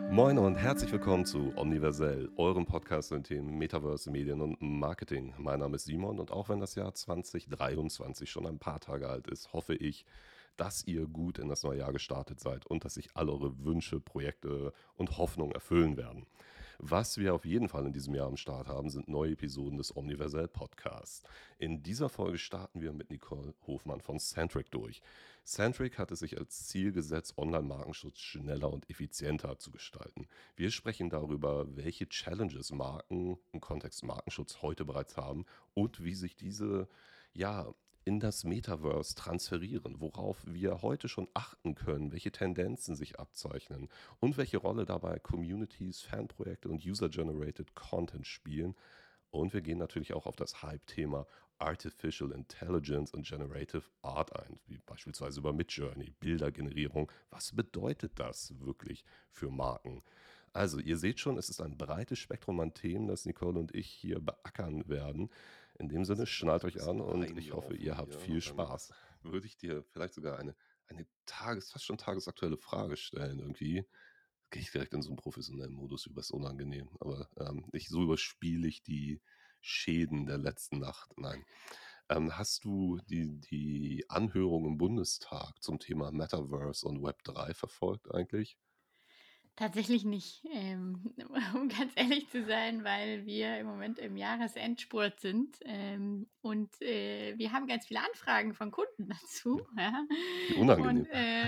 Moin und herzlich willkommen zu Omniversell, eurem Podcast zu den Themen Metaverse, Medien und Marketing. Mein Name ist Simon und auch wenn das Jahr 2023 schon ein paar Tage alt ist, hoffe ich, dass ihr gut in das neue Jahr gestartet seid und dass sich all eure Wünsche, Projekte und Hoffnungen erfüllen werden. Was wir auf jeden Fall in diesem Jahr am Start haben, sind neue Episoden des Omniversell Podcasts. In dieser Folge starten wir mit Nicole Hofmann von Centric durch. Centric hat es sich als Ziel gesetzt, Online-Markenschutz schneller und effizienter zu gestalten. Wir sprechen darüber, welche Challenges Marken im Kontext Markenschutz heute bereits haben und wie sich diese ja in das Metaverse transferieren, worauf wir heute schon achten können, welche Tendenzen sich abzeichnen und welche Rolle dabei Communities, Fanprojekte und User-Generated Content spielen. Und wir gehen natürlich auch auf das Hype-Thema Artificial Intelligence und Generative Art ein, wie beispielsweise über Midjourney, Bildergenerierung. Was bedeutet das wirklich für Marken? Also, ihr seht schon, es ist ein breites Spektrum an Themen, das Nicole und ich hier beackern werden. In dem Sinne, Jetzt darf ich schnallt so ein euch an bisschen und ich hoffe, reinlaufen ihr habt hier viel und dann Spaß. würde ich dir vielleicht sogar eine fast schon tagesaktuelle Frage stellen irgendwie. Gehe ich direkt in so einen professionellen Modus über, ist unangenehm, aber so überspiele ich die Schäden der letzten Nacht. Nein. Hast du die Anhörung im Bundestag zum Thema Metaverse und Web3 verfolgt eigentlich? Tatsächlich nicht, um ganz ehrlich zu sein, weil wir im Moment im Jahresendspurt sind, und wir haben ganz viele Anfragen von Kunden dazu, ja. Wie Und, unangenehm.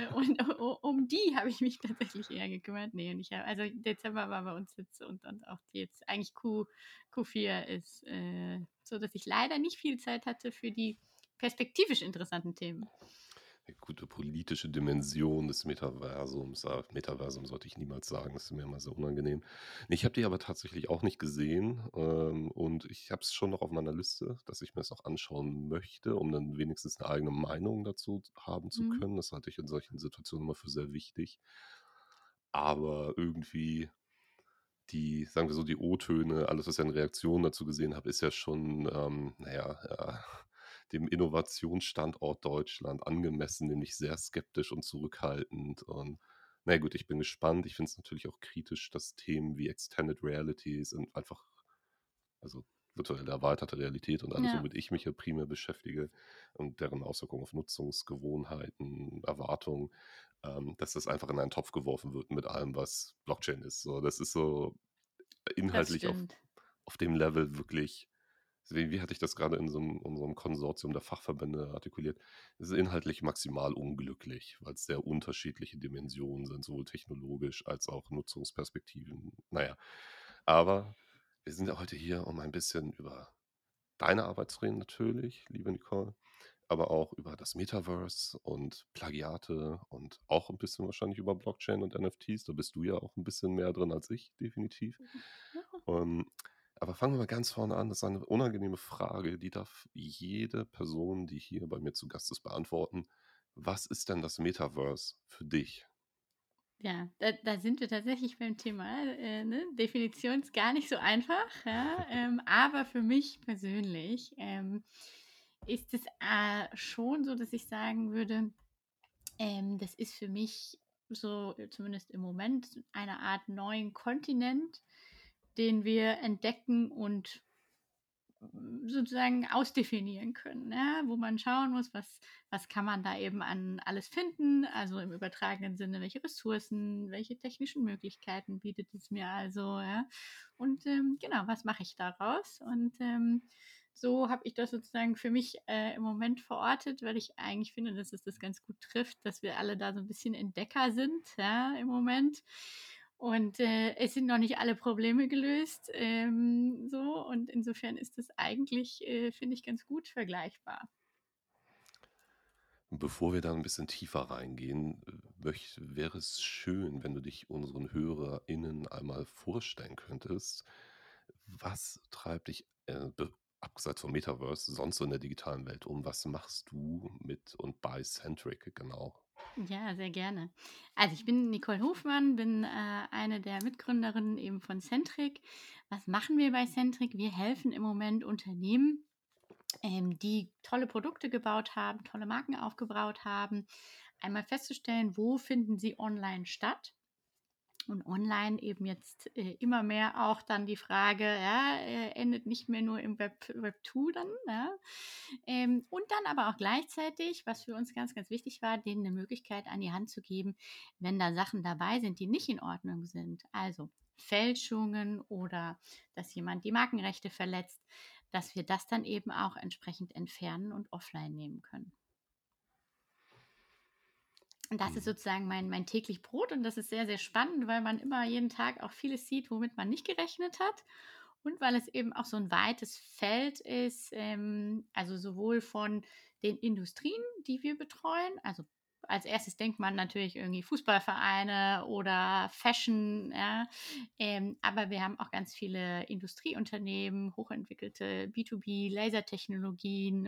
um die habe ich mich tatsächlich eher gekümmert. Ne, und also Dezember war bei uns jetzt und auch jetzt eigentlich Q4 ist, so, dass ich leider nicht viel Zeit hatte für die perspektivisch interessanten Themen. Eine gute politische Dimension des Metaversums. Metaversum sollte ich niemals sagen, das ist mir immer so unangenehm. Ne, ich habe die aber tatsächlich auch nicht gesehen, und ich habe es schon noch auf meiner Liste, dass ich mir das auch anschauen möchte, um dann wenigstens eine eigene Meinung dazu haben zu Mhm. können. Das halte ich in solchen Situationen immer für sehr wichtig. Aber irgendwie die sagen wir so, die O-Töne, alles, was ich an Reaktionen dazu gesehen habe, ist ja schon, dem Innovationsstandort Deutschland angemessen, nämlich sehr skeptisch und zurückhaltend. Und na ja, gut, ich bin gespannt. Ich finde es natürlich auch kritisch, dass Themen wie Extended Realities und einfach, also virtuelle erweiterte Realität und alles, Ja, womit ich mich ja primär beschäftige und deren Auswirkungen auf Nutzungsgewohnheiten, Erwartungen, dass das einfach in einen Topf geworfen wird mit allem, was Blockchain ist. So, das ist so das inhaltlich stimmt. auf dem Level wirklich, wie hatte ich das gerade in unserem Konsortium der Fachverbände artikuliert? Es ist inhaltlich maximal unglücklich, weil es sehr unterschiedliche Dimensionen sind, sowohl technologisch als auch Nutzungsperspektiven. Naja, aber wir sind ja heute hier, um ein bisschen über deine Arbeit zu reden natürlich, liebe Nicole, aber auch über das Metaverse und Plagiate und auch ein bisschen wahrscheinlich über Blockchain und NFTs. Da bist du ja auch ein bisschen mehr drin als ich, definitiv. Ähm, aber fangen wir mal ganz vorne an. Das ist eine unangenehme Frage, die darf jede Person, die hier bei mir zu Gast ist, beantworten. Was ist denn das Metaverse für dich? Ja, da sind wir tatsächlich beim Thema, ne? Definition ist gar nicht so einfach, ja. Aber für mich persönlich ist es schon so, dass ich sagen würde, das ist für mich so, zumindest im Moment, eine Art neuen Kontinent, den wir entdecken und sozusagen ausdefinieren können, ne? Wo man schauen muss, was kann man da eben an alles finden, also im übertragenen Sinne, welche Ressourcen, welche technischen Möglichkeiten bietet es mir also, ja? Und genau, was mache ich daraus? Und so habe ich das sozusagen für mich im Moment verortet, weil ich eigentlich finde, dass es das ganz gut trifft, dass wir alle da so ein bisschen Entdecker sind, ja, im Moment. Und es sind noch nicht alle Probleme gelöst, so. Und insofern ist es eigentlich, finde ich, ganz gut vergleichbar. Bevor wir da ein bisschen tiefer reingehen, wäre es schön, wenn du dich unseren HörerInnen einmal vorstellen könntest. Was treibt dich, abseits vom Metaverse, sonst so in der digitalen Welt um? Was machst du mit und bei Centric genau? Ja, sehr gerne. Also ich bin Nicole Hofmann, bin eine der Mitgründerinnen eben von Centric. Was machen wir bei Centric? Wir helfen im Moment Unternehmen, die tolle Produkte gebaut haben, tolle Marken aufgebaut haben, einmal festzustellen, wo finden sie online statt. Und online eben jetzt immer mehr auch dann die Frage, ja, endet nicht mehr nur im Web 2 dann. Ja. Und dann aber auch gleichzeitig, was für uns ganz, ganz wichtig war, denen eine Möglichkeit an die Hand zu geben, wenn da Sachen dabei sind, die nicht in Ordnung sind. Also Fälschungen oder dass jemand die Markenrechte verletzt, dass wir das dann eben auch entsprechend entfernen und offline nehmen können. Und das ist sozusagen mein täglich Brot und das ist sehr, sehr spannend, weil man immer jeden Tag auch vieles sieht, womit man nicht gerechnet hat. Und weil es eben auch so ein weites Feld ist, also sowohl von den Industrien, die wir betreuen, also als erstes denkt man natürlich irgendwie Fußballvereine oder Fashion, ja, aber wir haben auch ganz viele Industrieunternehmen, hochentwickelte B2B, Lasertechnologien,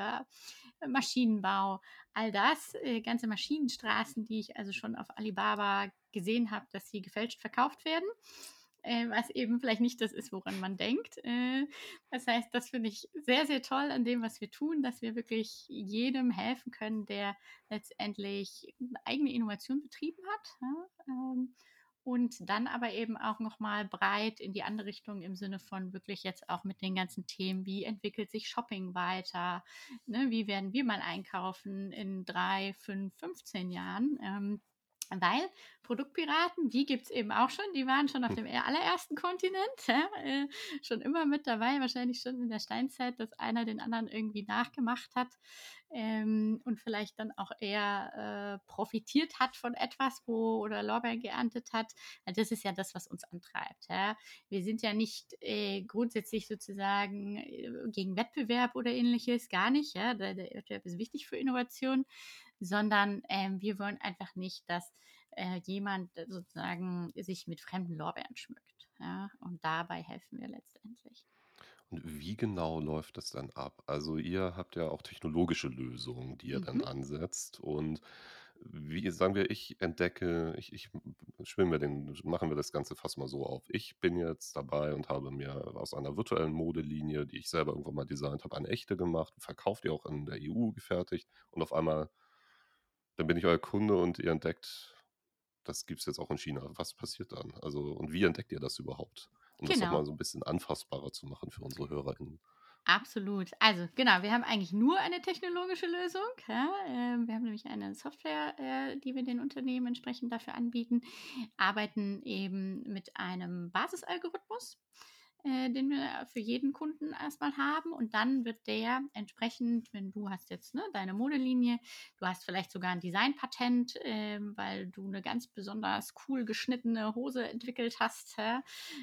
Maschinenbau, all das, ganze Maschinenstraßen, die ich also schon auf Alibaba gesehen habe, dass sie gefälscht verkauft werden, was eben vielleicht nicht das ist, woran man denkt. Das heißt, das finde ich sehr, sehr toll an dem, was wir tun, dass wir wirklich jedem helfen können, der letztendlich eine eigene Innovation betrieben hat. Ja? Und dann aber eben auch nochmal breit in die andere Richtung im Sinne von wirklich jetzt auch mit den ganzen Themen, wie entwickelt sich Shopping weiter, ne? Wie werden wir mal einkaufen in 3, 5, 15 Jahren. Weil Produktpiraten, die gibt es eben auch schon, die waren schon auf dem allerersten Kontinent, ja, schon immer mit dabei, wahrscheinlich schon in der Steinzeit, dass einer den anderen irgendwie nachgemacht hat und vielleicht dann auch eher profitiert hat von etwas oder Lorbeeren geerntet hat. Also das ist ja das, was uns antreibt. Ja. Wir sind ja nicht grundsätzlich sozusagen gegen Wettbewerb oder ähnliches, gar nicht. Ja. Der Wettbewerb ist wichtig für Innovation, sondern wir wollen einfach nicht, dass jemand sozusagen sich mit fremden Lorbeeren schmückt. Ja? Und dabei helfen wir letztendlich. Und wie genau läuft das dann ab? Also, ihr habt ja auch technologische Lösungen, die ihr dann Mhm. ansetzt und wie sagen wir, ich entdecke ich machen wir das Ganze fast mal so auf. Ich bin jetzt dabei und habe mir aus einer virtuellen Modelinie, die ich selber irgendwann mal designt habe, eine echte gemacht, verkauft die auch in der EU gefertigt und auf einmal dann bin ich euer Kunde und ihr entdeckt, das gibt's jetzt auch in China. Was passiert dann? Also, und wie entdeckt ihr das überhaupt? Um das noch mal Genau. so 'n bisschen anfassbarer zu machen für unsere HörerInnen. Absolut. Also genau, wir haben eigentlich nur eine technologische Lösung. Ja? Wir haben nämlich eine Software, die wir den Unternehmen entsprechend dafür anbieten, arbeiten eben mit einem Basisalgorithmus, den wir für jeden Kunden erstmal haben. Und dann wird der entsprechend, wenn du hast jetzt deine Modelinie, du hast vielleicht sogar ein Designpatent, weil du eine ganz besonders cool geschnittene Hose entwickelt hast. Ja?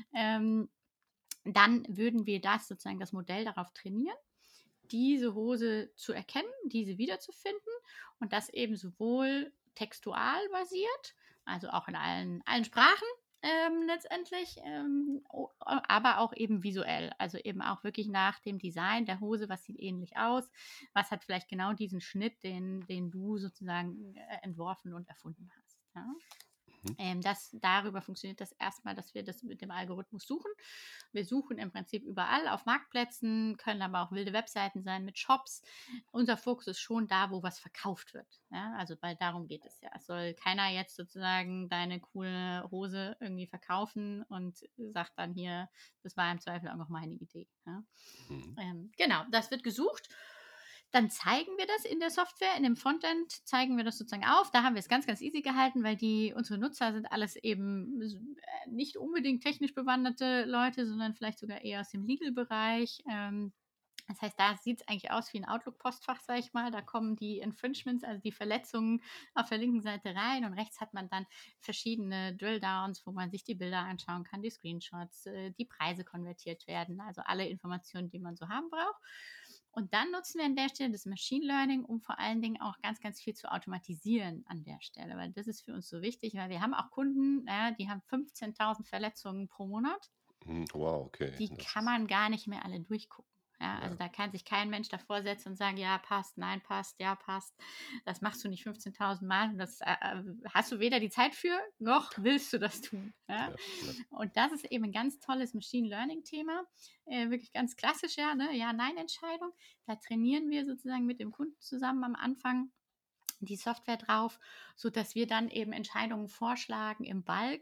Dann würden wir das Modell darauf trainieren, diese Hose zu erkennen, diese wiederzufinden und das eben sowohl textual basiert, also auch in allen Sprachen letztendlich, aber auch eben visuell, also eben auch wirklich nach dem Design der Hose, was sieht ähnlich aus, was hat vielleicht genau diesen Schnitt, den du sozusagen entworfen und erfunden hast. Ja? Mhm. Darüber funktioniert das erstmal, dass wir das mit dem Algorithmus suchen. Wir suchen im Prinzip überall auf Marktplätzen, können aber auch wilde Webseiten sein mit Shops. Unser Fokus ist schon da, wo was verkauft wird. Ja? Also, weil darum geht es ja. Es soll keiner jetzt sozusagen deine coole Hose irgendwie verkaufen und sagt dann hier, das war im Zweifel auch noch meine Idee. Ja? Mhm. Genau, das wird gesucht. Dann zeigen wir das in der Software, in dem Frontend zeigen wir das sozusagen auf. Da haben wir es ganz, ganz easy gehalten, weil unsere Nutzer sind alles eben nicht unbedingt technisch bewanderte Leute, sondern vielleicht sogar eher aus dem Legal-Bereich. Das heißt, da sieht es eigentlich aus wie ein Outlook-Postfach, sage ich mal. Da kommen die Infringements, also die Verletzungen auf der linken Seite rein und rechts hat man dann verschiedene Drill-Downs, wo man sich die Bilder anschauen kann, die Screenshots, die Preise konvertiert werden, also alle Informationen, die man so haben braucht. Und dann nutzen wir an der Stelle das Machine Learning, um vor allen Dingen auch ganz, ganz viel zu automatisieren an der Stelle, weil das ist für uns so wichtig, weil wir haben auch Kunden, die haben 15.000 Verletzungen pro Monat. Mhm. Wow, okay. Die Das kann ist man gar nicht mehr alle durchgucken. Ja, also ja. da kann sich kein Mensch davor setzen und sagen, ja, passt, nein, passt, ja, passt. Das machst du nicht 15.000 Mal und das hast du weder die Zeit für, noch willst du das tun. Ja? Ja, ja. Und das ist eben ein ganz tolles Machine Learning-Thema, wirklich ganz klassisch, ja, ne? Ja-Nein-Entscheidung. Da trainieren wir sozusagen mit dem Kunden zusammen am Anfang die Software drauf, sodass wir dann eben Entscheidungen vorschlagen im Bulk,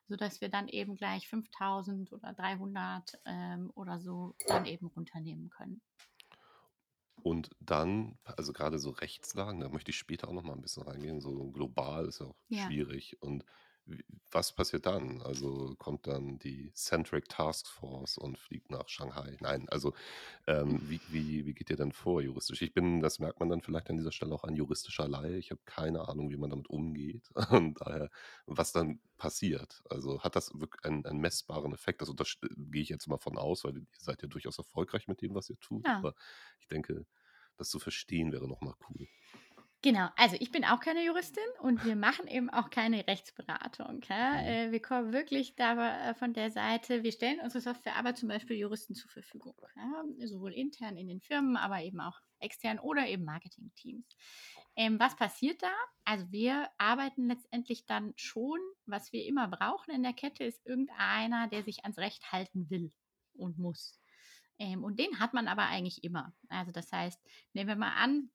sodass wir dann eben gleich 5.000 oder 300 oder so dann eben runternehmen können. Und dann, also gerade so Rechtslagen, da möchte ich später auch noch mal ein bisschen reingehen, so global ist ja auch Ja. schwierig. Und was passiert dann? Also kommt dann die Centric Task Force und fliegt nach Shanghai? Nein, also wie geht ihr denn vor juristisch? Das merkt man dann vielleicht an dieser Stelle auch, ein juristischer Laie. Ich habe keine Ahnung, wie man damit umgeht. Und daher, was dann passiert. Also hat das wirklich einen messbaren Effekt? Also das gehe ich jetzt mal von aus, weil ihr seid ja durchaus erfolgreich mit dem, was ihr tut. Ja. Aber ich denke, das zu verstehen wäre nochmal cool. Genau, also ich bin auch keine Juristin und wir machen eben auch keine Rechtsberatung. Ja? Mhm. Wir kommen wirklich da von der Seite, wir stellen unsere Software aber zum Beispiel Juristen zur Verfügung. Ja? Sowohl intern in den Firmen, aber eben auch extern oder eben Marketingteams. Was passiert da? Also wir arbeiten letztendlich dann schon, was wir immer brauchen in der Kette, ist irgendeiner, der sich ans Recht halten will und muss. Und den hat man aber eigentlich immer. Also das heißt, nehmen wir mal an,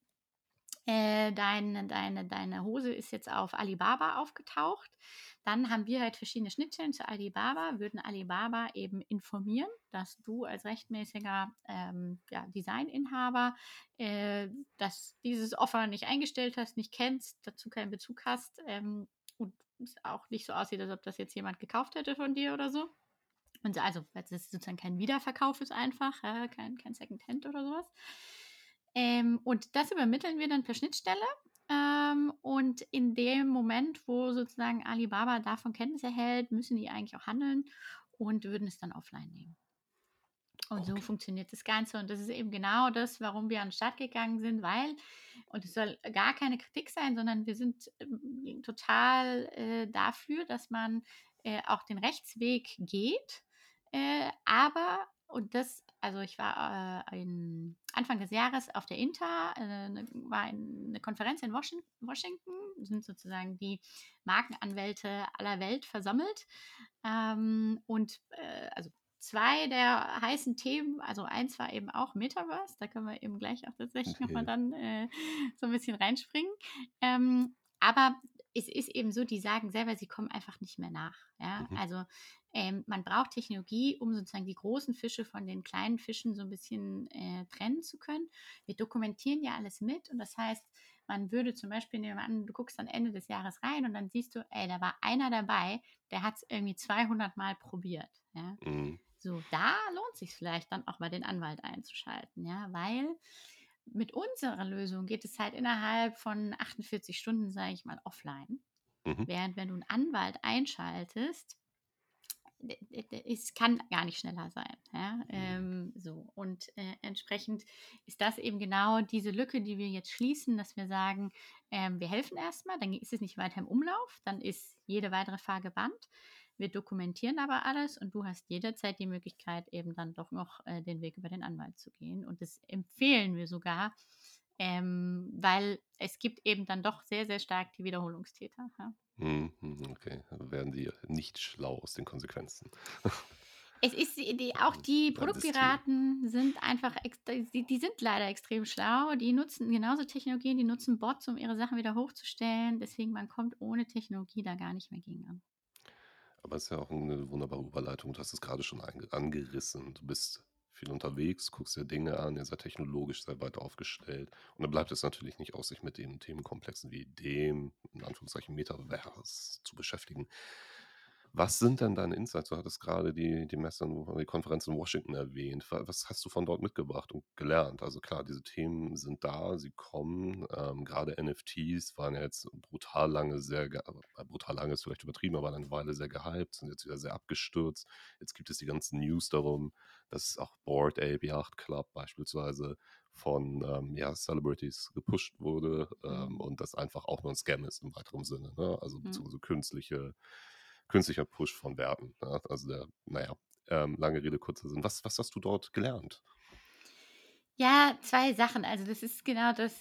deine Hose ist jetzt auf Alibaba aufgetaucht. Dann haben wir halt verschiedene Schnittstellen zu Alibaba, würden Alibaba eben informieren, dass du als rechtmäßiger Designinhaber dieses Offer nicht eingestellt hast, nicht kennst, dazu keinen Bezug hast und es auch nicht so aussieht, als ob das jetzt jemand gekauft hätte von dir oder so. Und also, weil es sozusagen kein Wiederverkauf ist einfach, kein Secondhand oder sowas. Und das übermitteln wir dann per Schnittstelle. Und in dem Moment, wo sozusagen Alibaba davon Kenntnis erhält, müssen die eigentlich auch handeln und würden es dann offline nehmen. Und so Okay. funktioniert das Ganze. Und das ist eben genau das, warum wir an den Start gegangen sind, weil, und es soll gar keine Kritik sein, sondern wir sind total dafür, dass man auch den Rechtsweg geht. Also ich war Anfang des Jahres auf der INTA, war eine Konferenz in Washington, sind sozusagen die Markenanwälte aller Welt versammelt. Also zwei der heißen Themen, also eins war eben auch Metaverse, da können wir eben gleich auch tatsächlich nochmal dann so ein bisschen reinspringen. Aber es ist eben so, die sagen selber, sie kommen einfach nicht mehr nach. Ja? Mhm. Also man braucht Technologie, um sozusagen die großen Fische von den kleinen Fischen so ein bisschen trennen zu können. Wir dokumentieren ja alles mit und das heißt, man würde zum Beispiel nehmen wir an, du guckst dann Ende des Jahres rein und dann siehst du, ey, da war einer dabei, der hat es irgendwie 200 Mal probiert. Ja? Mhm. So, da lohnt sich vielleicht dann auch mal den Anwalt einzuschalten, ja, weil mit unserer Lösung geht es halt innerhalb von 48 Stunden, sage ich mal, offline. Mhm. Während wenn du einen Anwalt einschaltest, es kann gar nicht schneller sein. Ja? So. Und entsprechend ist das eben genau diese Lücke, die wir jetzt schließen, dass wir sagen, wir helfen erstmal, dann ist es nicht weiter im Umlauf, dann ist jede weitere Fahr gebannt. Wir dokumentieren aber alles und du hast jederzeit die Möglichkeit, eben dann doch noch den Weg über den Anwalt zu gehen. Und das empfehlen wir sogar, weil es gibt eben dann doch sehr, sehr stark die Wiederholungstäter. Ja? Mhm. Okay, dann werden die nicht schlau aus den Konsequenzen. Es ist auch die Ein System. Produktpiraten sind einfach, die sind leider extrem schlau. Die nutzen genauso Technologien, die nutzen Bots, um ihre Sachen wieder hochzustellen. Deswegen, man kommt ohne Technologie da gar nicht mehr gegen an. Aber es ist ja auch eine wunderbare Überleitung. Du hast es gerade schon angerissen. Du bist viel unterwegs, guckst dir Dinge an, ihr seid technologisch sehr weit aufgestellt. Und dann bleibt es natürlich nicht aus, sich mit den Themenkomplexen wie dem, in Anführungszeichen, Metaverse zu beschäftigen. Was sind denn deine Insights? Du hattest gerade die Konferenz in Washington erwähnt. Was hast du von dort mitgebracht und gelernt? Also klar, diese Themen sind da, sie kommen. Gerade NFTs waren ja jetzt brutal lange brutal lange ist vielleicht übertrieben, aber eine Weile sehr gehypt, sind jetzt wieder sehr abgestürzt. Jetzt gibt es die ganzen News darum, dass auch Bored Ape Yacht Club beispielsweise von Celebrities gepusht wurde und das einfach auch nur ein Scam ist im weiteren Sinne. Ne? Also beziehungsweise künstlicher Push von Werten. Ne? Also lange Rede, kurzer Sinn. Was hast du dort gelernt? Ja, zwei Sachen. Also das ist genau das,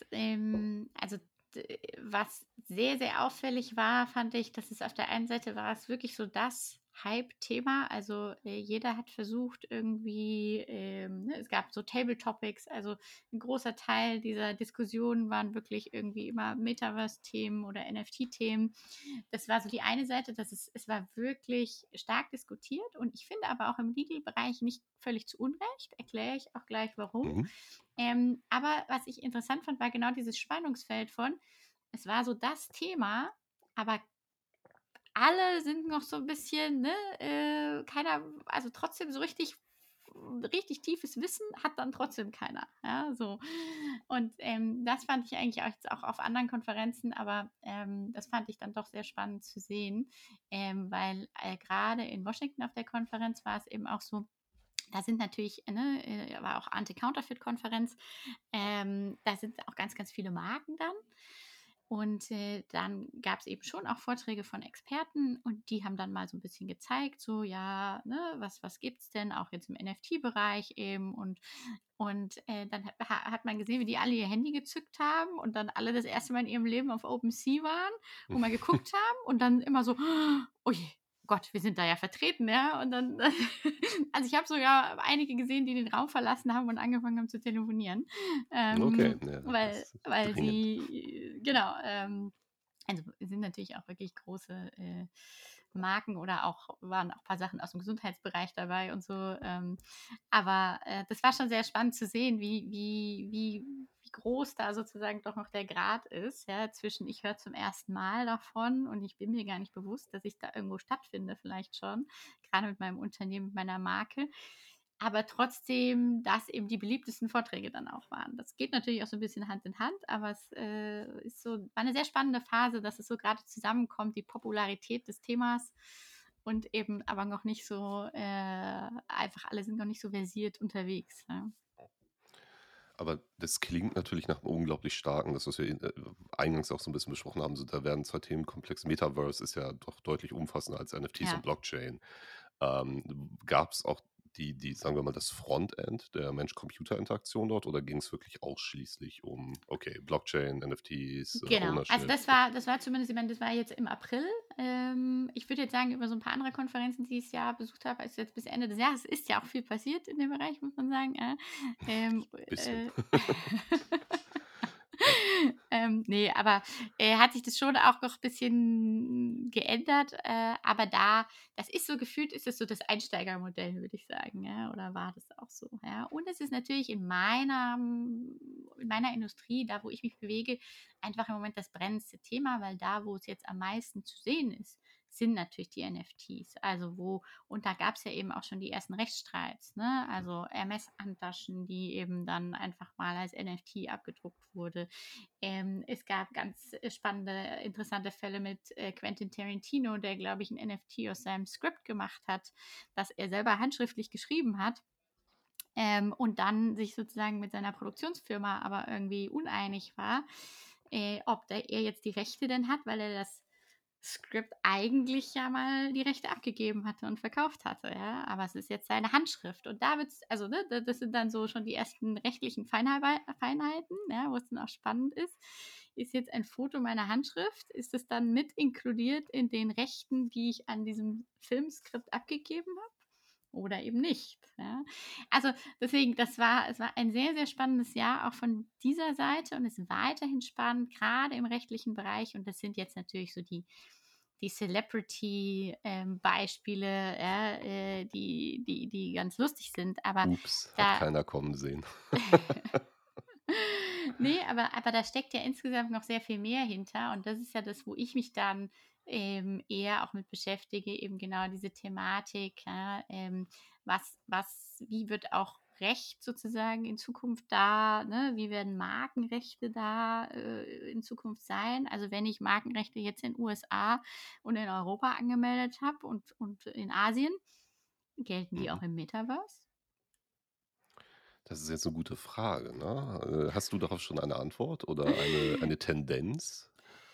was sehr, sehr auffällig war, fand ich, dass es auf der einen Seite war es wirklich so das Hype-Thema. Also jeder hat versucht irgendwie, ne, es gab so Table Topics, also ein großer Teil dieser Diskussionen waren wirklich irgendwie immer Metaverse-Themen oder NFT-Themen. Das war so die eine Seite, es war wirklich stark diskutiert und ich finde aber auch im Legal-Bereich nicht völlig zu Unrecht, erkläre ich auch gleich warum. Mhm. Aber was ich interessant fand, war genau dieses Spannungsfeld von, es war so das Thema, aber alle sind noch so ein bisschen, ne, keiner, also trotzdem so richtig tiefes Wissen hat dann trotzdem keiner, ja, so. Und, das fand ich eigentlich auch auf anderen Konferenzen, aber, das fand ich dann doch sehr spannend zu sehen, weil, grade in Washington auf der Konferenz war es eben auch so, da sind natürlich, ne, war auch Anti-Counterfeit-Konferenz, da sind auch ganz viele Marken dann. Und dann gab es eben schon auch Vorträge von Experten und die haben dann mal so ein bisschen gezeigt, so ja, ne, was gibt es denn auch jetzt im NFT-Bereich eben und dann hat man gesehen, wie die alle ihr Handy gezückt haben und dann alle das erste Mal in ihrem Leben auf OpenSea waren und mal geguckt haben und dann immer so, oh je, Gott, wir sind da ja vertreten, ja. Und dann, also ich habe sogar einige gesehen, die den Raum verlassen haben und angefangen haben zu telefonieren, Okay, ja, weil, das ist weil dringend. sie, genau, also es sind natürlich auch wirklich große Marken oder auch waren auch ein paar Sachen aus dem Gesundheitsbereich dabei und so. Aber das war schon sehr spannend zu sehen, wie groß da sozusagen doch noch der Grad ist, ja, zwischen ich höre zum ersten Mal davon und ich bin mir gar nicht bewusst, dass ich da irgendwo stattfinde, vielleicht schon, gerade mit meinem Unternehmen, mit meiner Marke. Aber trotzdem, dass eben die beliebtesten Vorträge dann auch waren. Das geht natürlich auch so ein bisschen Hand in Hand, aber es ist so, war eine sehr spannende Phase, dass es so gerade zusammenkommt, die Popularität des Themas und eben aber noch nicht so, einfach alle sind noch nicht so versiert unterwegs. Ja. Aber das klingt natürlich nach 'nem unglaublich starken, das, was wir eingangs auch so 'n bisschen besprochen haben, so da werden 2 Themenkomplex. Metaverse ist ja doch deutlich umfassender als NFTs und Ja. Blockchain. Gab's auch die sagen wir mal, das Frontend der Mensch-Computer-Interaktion dort oder ging's wirklich ausschließlich um, okay, Blockchain, NFTs, Genau. Also Ownership, das war zumindest, ich meine, das war jetzt im April. Ich würde jetzt sagen, über so ein paar andere Konferenzen, die ich dieses Jahr besucht habe, also jetzt bis Ende des Jahres ist ja auch viel passiert in dem Bereich, muss man sagen, ähm, bisschen. äh, Ja. ne, aber, hat sich das schon auch noch ein bisschen geändert, aber das ist so gefühlt ist es so das Einsteigermodell, würde ich sagen, ja, oder war das auch so, ja? Und es ist natürlich in meiner Industrie, da wo ich mich bewege, einfach im Moment das brennendste Thema, weil da, wo es jetzt am meisten zu sehen ist, sind natürlich die NFTs. Also und da gab es ja eben auch schon die ersten Rechtsstreits, ne? Also Hermes-Handtaschen, die eben dann einfach mal als NFT abgedruckt wurde. Es gab ganz spannende, interessante Fälle mit Quentin Tarantino, der, glaube ich, ein NFT aus seinem Skript gemacht hat, das er selber handschriftlich geschrieben hat. Und dann sich sozusagen mit seiner Produktionsfirma aber irgendwie uneinig war, ob er jetzt die Rechte denn hat, weil er das Skript eigentlich ja mal die Rechte abgegeben hatte und verkauft hatte, ja. Aber es ist jetzt seine Handschrift. Und da wird's, also, ne, das sind dann so schon die ersten rechtlichen Feinheiten, ja, wo es dann auch spannend ist. Ist jetzt ein Foto meiner Handschrift? Ist es dann mit inkludiert in den Rechten, die ich an diesem Filmskript abgegeben habe? Oder eben nicht. Ja. Also deswegen, es war ein sehr, sehr spannendes Jahr auch von dieser Seite und ist weiterhin spannend, gerade im rechtlichen Bereich. Und das sind jetzt natürlich so die Celebrity-Beispiele, ja, die ganz lustig sind. Aber Ups, hat da, keiner kommen sehen. nee, aber da steckt ja insgesamt noch sehr viel mehr hinter und das ist ja das, wo ich mich dann, eher auch mit beschäftige, eben genau diese Thematik, ja, wie wird auch Recht sozusagen in Zukunft da, ne? Wie werden Markenrechte da, in Zukunft sein? Also, wenn ich Markenrechte jetzt in USA und in Europa angemeldet habe und in Asien, gelten die Mhm. auch im Metaverse? Das ist jetzt 'ne gute Frage, ne? Hast du darauf schon eine Antwort oder eine Tendenz?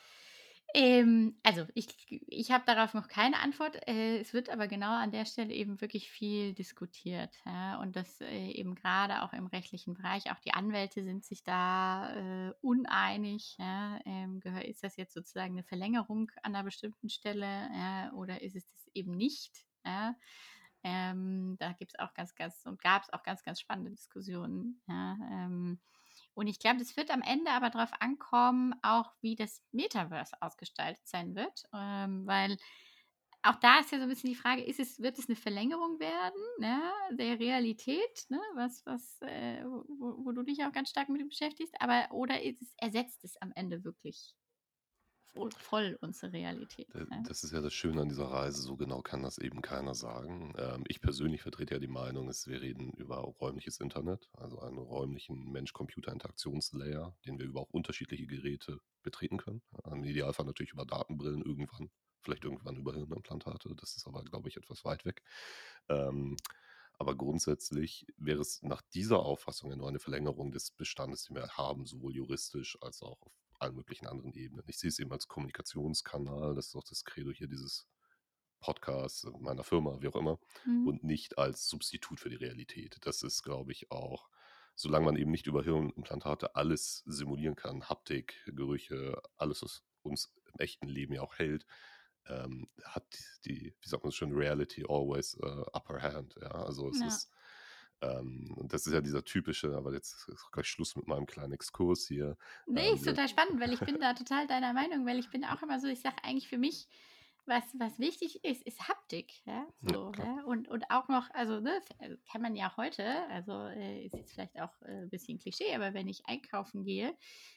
Also ich habe darauf noch keine Antwort. Es wird aber genau an der Stelle eben wirklich viel diskutiert, ja, und das, eben gerade auch im rechtlichen Bereich. Auch die Anwälte sind sich da, uneinig, ja. Ist das jetzt sozusagen eine Verlängerung an einer bestimmten Stelle, ja, oder ist es das eben nicht? Ja? Da gibt's auch gab es auch ganz, ganz spannende Diskussionen. Ja? Und ich glaube, das wird am Ende aber darauf ankommen, auch wie das Metaverse ausgestaltet sein wird, weil auch da ist ja so ein bisschen die Frage, wird es eine Verlängerung werden, ne, der Realität, ne, wo du dich auch ganz stark mit beschäftigst, oder ersetzt es am Ende wirklich voll unsere Realität? Ne? Das ist ja das Schöne an dieser Reise, so genau kann das eben keiner sagen. Ich persönlich vertrete ja die Meinung, wir reden über räumliches Internet, also einen räumlichen Mensch-Computer-Interaktionslayer, den wir über auch unterschiedliche Geräte betreten können. Im Idealfall natürlich über Datenbrillen irgendwann, vielleicht irgendwann über Hirnimplantate, das ist aber, glaube ich, etwas weit weg. Ähm, aber grundsätzlich wäre es nach dieser Auffassung ja nur eine Verlängerung des Bestandes, den wir haben, sowohl juristisch als auch auf allen möglichen anderen Ebenen. Ich sehe es eben als Kommunikationskanal, das ist auch das Credo hier dieses Podcasts, meiner Firma, wie auch immer, Mhm. und nicht als Substitut für die Realität. Das ist, glaube ich, auch, solange man eben nicht über Hirnimplantate alles simulieren kann, Haptik, Gerüche, alles, was uns im echten Leben ja auch hält, hat wie sagt man so schön, Reality always upper hand. Ja? Also es Ja. ist, und das ist ja dieser typische, aber jetzt ist gleich Schluss mit meinem kleinen Exkurs hier. Nee, ist Dieser, total spannend, weil ich bin da total deiner Meinung, weil ich bin auch immer so, ich sage eigentlich für mich, was wichtig ist Haptik, ja, ja, so, klar. ja, und auch noch, also, ne, kann man ja heute, also, ist jetzt vielleicht auch ein bisschen Klischee, aber wenn ich einkaufen gehe,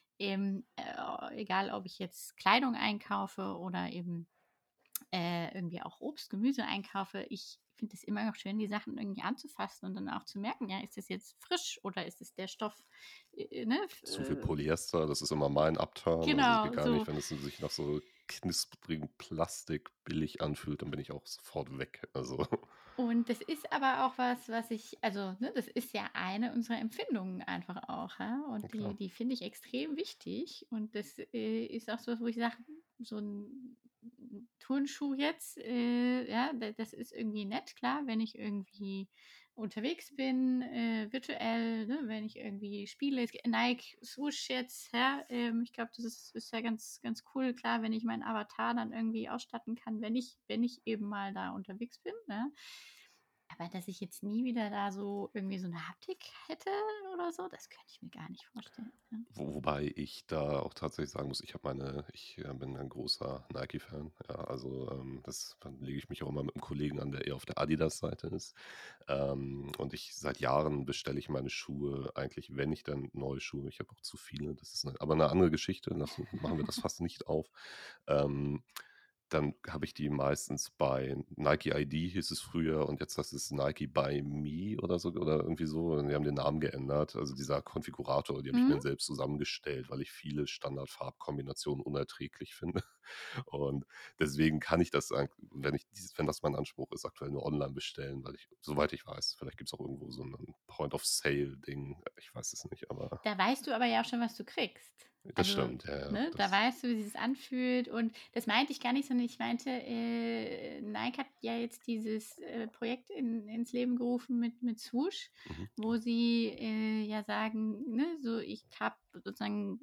egal ob ich jetzt Kleidung einkaufe oder eben irgendwie auch Obst, Gemüse einkaufe, ich finde es immer noch schön, die Sachen irgendwie anzufassen und dann auch zu merken, ja, ist das jetzt frisch oder ist es der Stoff, ne? Zu viel Polyester, das ist immer mein Upturn. Also es geht Genau, gar nicht, so. wenn es sich nach so knusprigem Plastik billig anfühlt, dann bin ich auch sofort weg. Also Und das ist aber auch was ich, also, ne, das ist ja eine unserer Empfindungen einfach auch, ja? ja, Und die, klar. die finde ich extrem wichtig. Und das ist auch so, wo ich sage, so ein Turnschuh jetzt, ja, das ist irgendwie nett, klar, wenn ich irgendwie unterwegs bin, virtuell, ne, wenn ich irgendwie spiele, Nike Swoosh jetzt, ja, ich glaube, ist ja ganz, ganz cool, klar, wenn ich meinen Avatar dann irgendwie ausstatten kann, wenn ich eben mal da unterwegs bin, ne? Aber dass ich jetzt nie wieder da so irgendwie so eine Haptik hätte oder so, das könnte ich mir gar nicht vorstellen. Ja. Wobei ich da auch tatsächlich sagen muss, ich bin ein großer Nike-Fan. Ja, also dann lege ich mich auch immer mit einem Kollegen an, der eher auf der Adidas-Seite ist. Und seit Jahren bestelle ich meine Schuhe eigentlich, wenn ich dann neue Schuhe, ich habe auch zu viele, aber eine andere Geschichte, machen wir das fast nicht auf. Ähm, Dann habe ich die meistens bei Nike ID hieß es früher und jetzt heißt es Nike by Me oder so oder irgendwie so. Und die haben den Namen geändert. Also dieser Konfigurator, die habe ich Mhm. mir selbst zusammengestellt, weil ich viele Standardfarbkombinationen unerträglich finde. Und deswegen kann ich das, wenn das mein Anspruch ist, aktuell nur online bestellen, weil soweit ich weiß, vielleicht gibt es auch irgendwo so ein Point-of-Sale-Ding. Ich weiß es nicht, aber Da weißt du aber ja auch schon, was du kriegst. das Also, stimmt, ja, ja. ne, da weißt du, wie sich das anfühlt. Und das meinte ich gar nicht, sondern ich meinte, Nike hat ja jetzt dieses Projekt ins Leben gerufen mit Swoosh, Mhm. wo sie ja sagen, ne, so ich habe sozusagen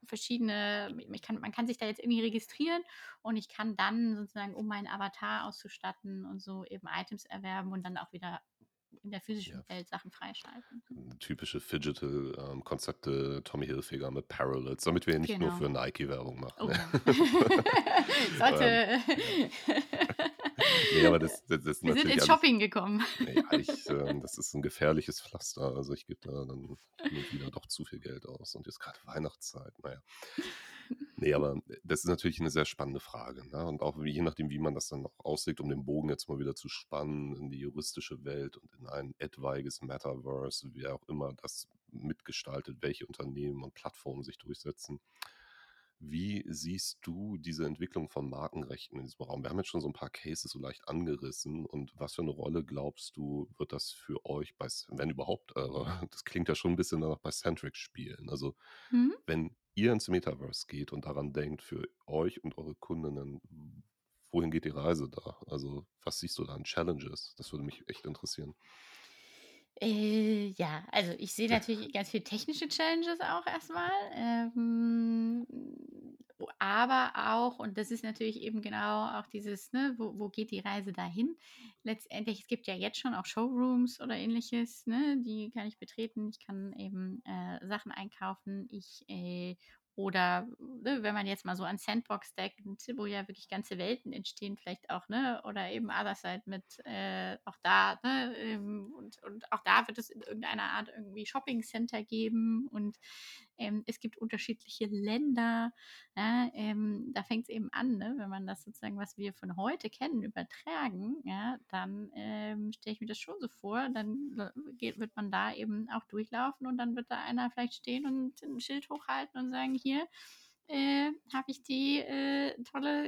man kann sich da jetzt irgendwie registrieren und ich kann dann sozusagen, um meinen Avatar auszustatten und so eben Items erwerben und dann auch wieder in der physischen Ja, Welt Sachen freischalten. typische Phygital-Konzepte, Tommy Hilfiger mit Parallels, damit wir nicht nur Genau. für Nike Werbung machen. Oh Ne? ja. ähm, Sollte. ja. Nee, aber das ist Wir sind natürlich ins alles, Shopping gekommen. ja, das ist ein gefährliches Pflaster. Also ich gebe da dann hin und wieder doch zu viel Geld aus. Und jetzt gerade Weihnachtszeit, naja. Nee, aber das ist natürlich eine sehr spannende Frage. Ne? Und auch je nachdem, wie man das dann noch auslegt, um den Bogen jetzt mal wieder zu spannen in die juristische Welt und in ein etwaiges Metaverse, wie auch immer das mitgestaltet, welche Unternehmen und Plattformen sich durchsetzen. Wie siehst du diese Entwicklung von Markenrechten in diesem Raum? Wir haben jetzt schon so ein paar Cases so leicht angerissen. Und was für eine Rolle glaubst du, wird das für euch wenn überhaupt, das klingt ja schon ein bisschen danach, bei Centric spielen? Also Hm? wenn ihr ins Metaverse geht und daran denkt, für euch und eure Kundinnen, wohin geht die Reise da? Also, was siehst du da an Challenges? Das würde mich echt interessieren. Ja, also ich sehe natürlich ganz viele technische Challenges auch erstmal. aber auch, und das ist natürlich eben genau auch dieses, ne, wo geht die Reise dahin? Letztendlich, es gibt ja jetzt schon auch Showrooms oder ähnliches, ne, die kann ich betreten. Ich kann eben Sachen einkaufen. Oder ne, wenn man jetzt mal so an Sandbox denkt, wo ja wirklich ganze Welten entstehen, vielleicht auch, ne, oder eben Otherside mit auch da, ne, und auch da wird es in irgendeiner Art irgendwie Shopping Center geben und es gibt unterschiedliche Länder. Ja, da fängt es eben an, ne? Wenn man das sozusagen, was wir von heute kennen, übertragen, ja, dann stelle ich mir das schon so vor, dann wird man da eben auch durchlaufen und dann wird da einer vielleicht stehen und ein Schild hochhalten und sagen, hier habe ich die tolle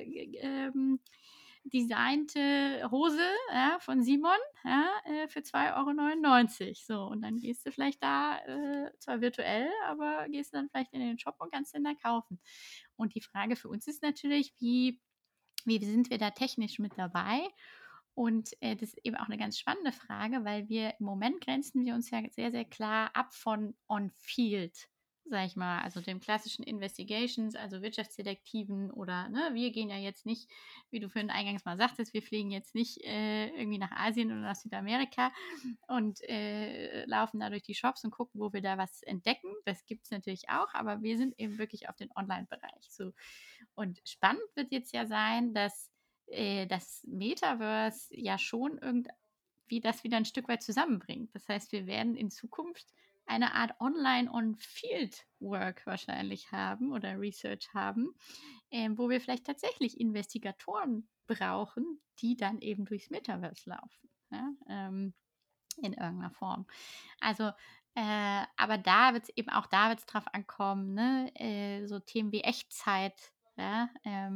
designte Hose von Simon für 2,99 € So, und dann gehst du vielleicht da, zwar virtuell, aber gehst dann vielleicht in den Shop und kannst den da kaufen. Und die Frage für uns ist natürlich, wie sind wir da technisch mit dabei? Und das ist eben auch eine ganz spannende Frage, weil wir im Moment grenzen wir uns ja sehr, sehr klar ab von On-Field, sag ich mal, also dem klassischen Investigations, also Wirtschaftsdetektiven oder, ne, wir gehen ja jetzt nicht, wie du vorhin eingangs mal sagtest, wir fliegen jetzt nicht irgendwie nach Asien oder nach Südamerika und laufen da durch die Shops und gucken, wo wir da was entdecken. Das gibt es natürlich auch, aber wir sind eben wirklich auf den Online-Bereich. So. Und spannend wird jetzt ja sein, dass das Metaverse ja schon irgendwie das wieder ein Stück weit zusammenbringt. Das heißt, wir werden in Zukunft eine Art Online-on-Field-Work wahrscheinlich haben oder Research haben, wo wir vielleicht tatsächlich Investigatoren brauchen, die dann eben durchs Metaverse laufen. Ja? In irgendeiner Form. Also, aber da wird es eben auch da wird's drauf ankommen, ne? So Themen wie Echtzeit, ja,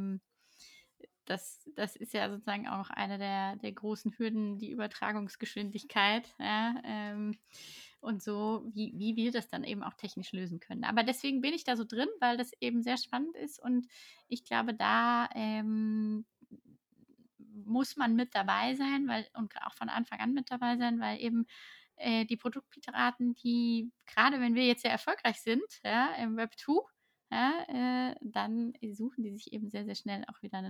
das ist ja sozusagen auch eine der großen Hürden, die Übertragungsgeschwindigkeit, ja, und so, wie wir das dann eben auch technisch lösen können. Aber deswegen bin ich da so drin, weil das eben sehr spannend ist und ich glaube, da muss man mit dabei sein, weil und auch von Anfang an mit dabei sein, weil eben die Produktpiraten, die gerade wenn wir jetzt sehr erfolgreich sind, ja, im Web 2, ja, dann suchen die sich eben sehr, sehr schnell auch wieder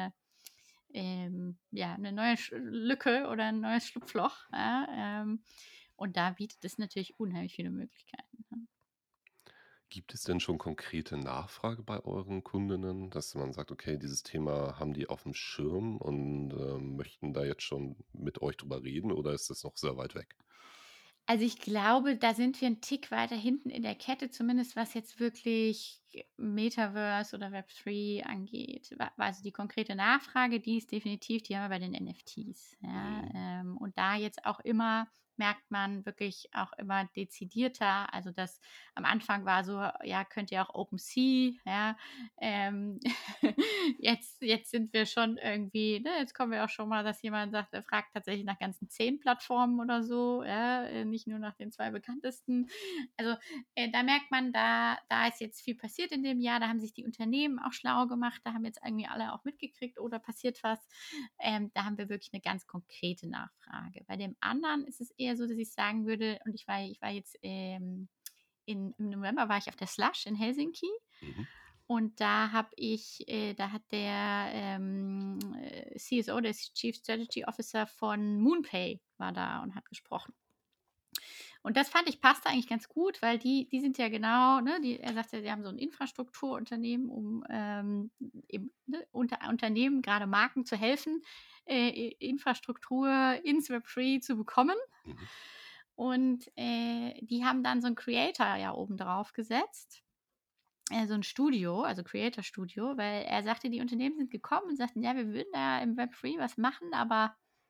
eine neue Lücke oder ein neues Schlupfloch. Ja, und da bietet es natürlich unheimlich viele Möglichkeiten. Ja. Gibt es denn schon konkrete Nachfrage bei euren Kundinnen, dass man sagt: „Okay, dieses Thema haben die auf dem Schirm und, möchten da jetzt schon mit euch drüber reden“, oder ist das noch sehr weit weg? Also ich glaube, da sind wir 'n Tick weiter hinten in der Kette, zumindest was jetzt wirklich Metaverse oder Web3 angeht. Also die konkrete Nachfrage, die ist definitiv, die haben wir bei den NFTs. Ja? Mhm. Und da jetzt auch immer merkt man wirklich auch immer dezidierter. Also das am Anfang war so, ja, könnt ihr auch OpenSea, ja. Ähm, jetzt sind wir schon irgendwie, ne, jetzt kommen wir auch schon mal, dass jemand sagt, er fragt tatsächlich nach ganzen 10 Plattformen oder so, ja, nicht nur nach den 2 bekanntesten. Also da merkt man, da ist jetzt viel passiert in dem Jahr, da haben sich die Unternehmen auch schlau gemacht, da haben jetzt irgendwie alle auch mitgekriegt, oder passiert was. Da haben wir wirklich eine ganz konkrete Nachfrage. Bei dem anderen ist es eher so, dass ich sagen würde, und ich war jetzt im November war ich auf der Slush in Helsinki Mhm. und da hat der CSO, der Chief Strategy Officer von MoonPay, war da und hat gesprochen. Und das fand ich passte eigentlich ganz gut, weil die sind ja genau, ne, er sagt ja, sie haben so ein Infrastrukturunternehmen, um eben, ne, Unternehmen, gerade Marken zu helfen, Infrastruktur ins Web3 zu bekommen. Mhm. Und die haben dann so 'n Creator ja oben drauf gesetzt, so 'n Studio, also Creator Studio, weil er sagte, die Unternehmen sind gekommen und sagten: „Ja, wir würden da im Web3 was machen, aber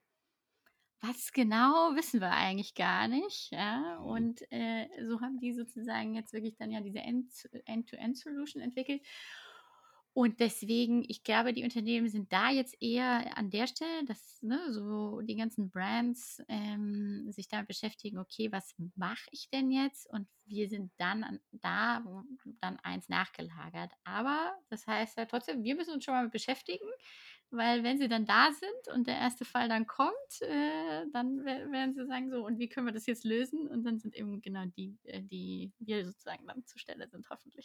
was genau, wissen wir eigentlich gar nicht“, ja? Mhm. Und so haben die sozusagen jetzt wirklich dann ja diese End-to-End-Solution entwickelt. Und deswegen, ich glaube, die Unternehmen sind da jetzt eher an der Stelle, dass, ne, so die ganzen Brands sich damit beschäftigen, okay, was mache ich denn jetzt? Und wir sind dann da dann eins nachgelagert. Aber das heißt ja trotzdem, wir müssen uns schon mal mit beschäftigen, weil wenn sie dann da sind und der erste Fall dann kommt, dann werden sie sagen so, und wie können wir das jetzt lösen? Und dann sind eben genau die wir sozusagen dann zur Stelle sind, hoffentlich.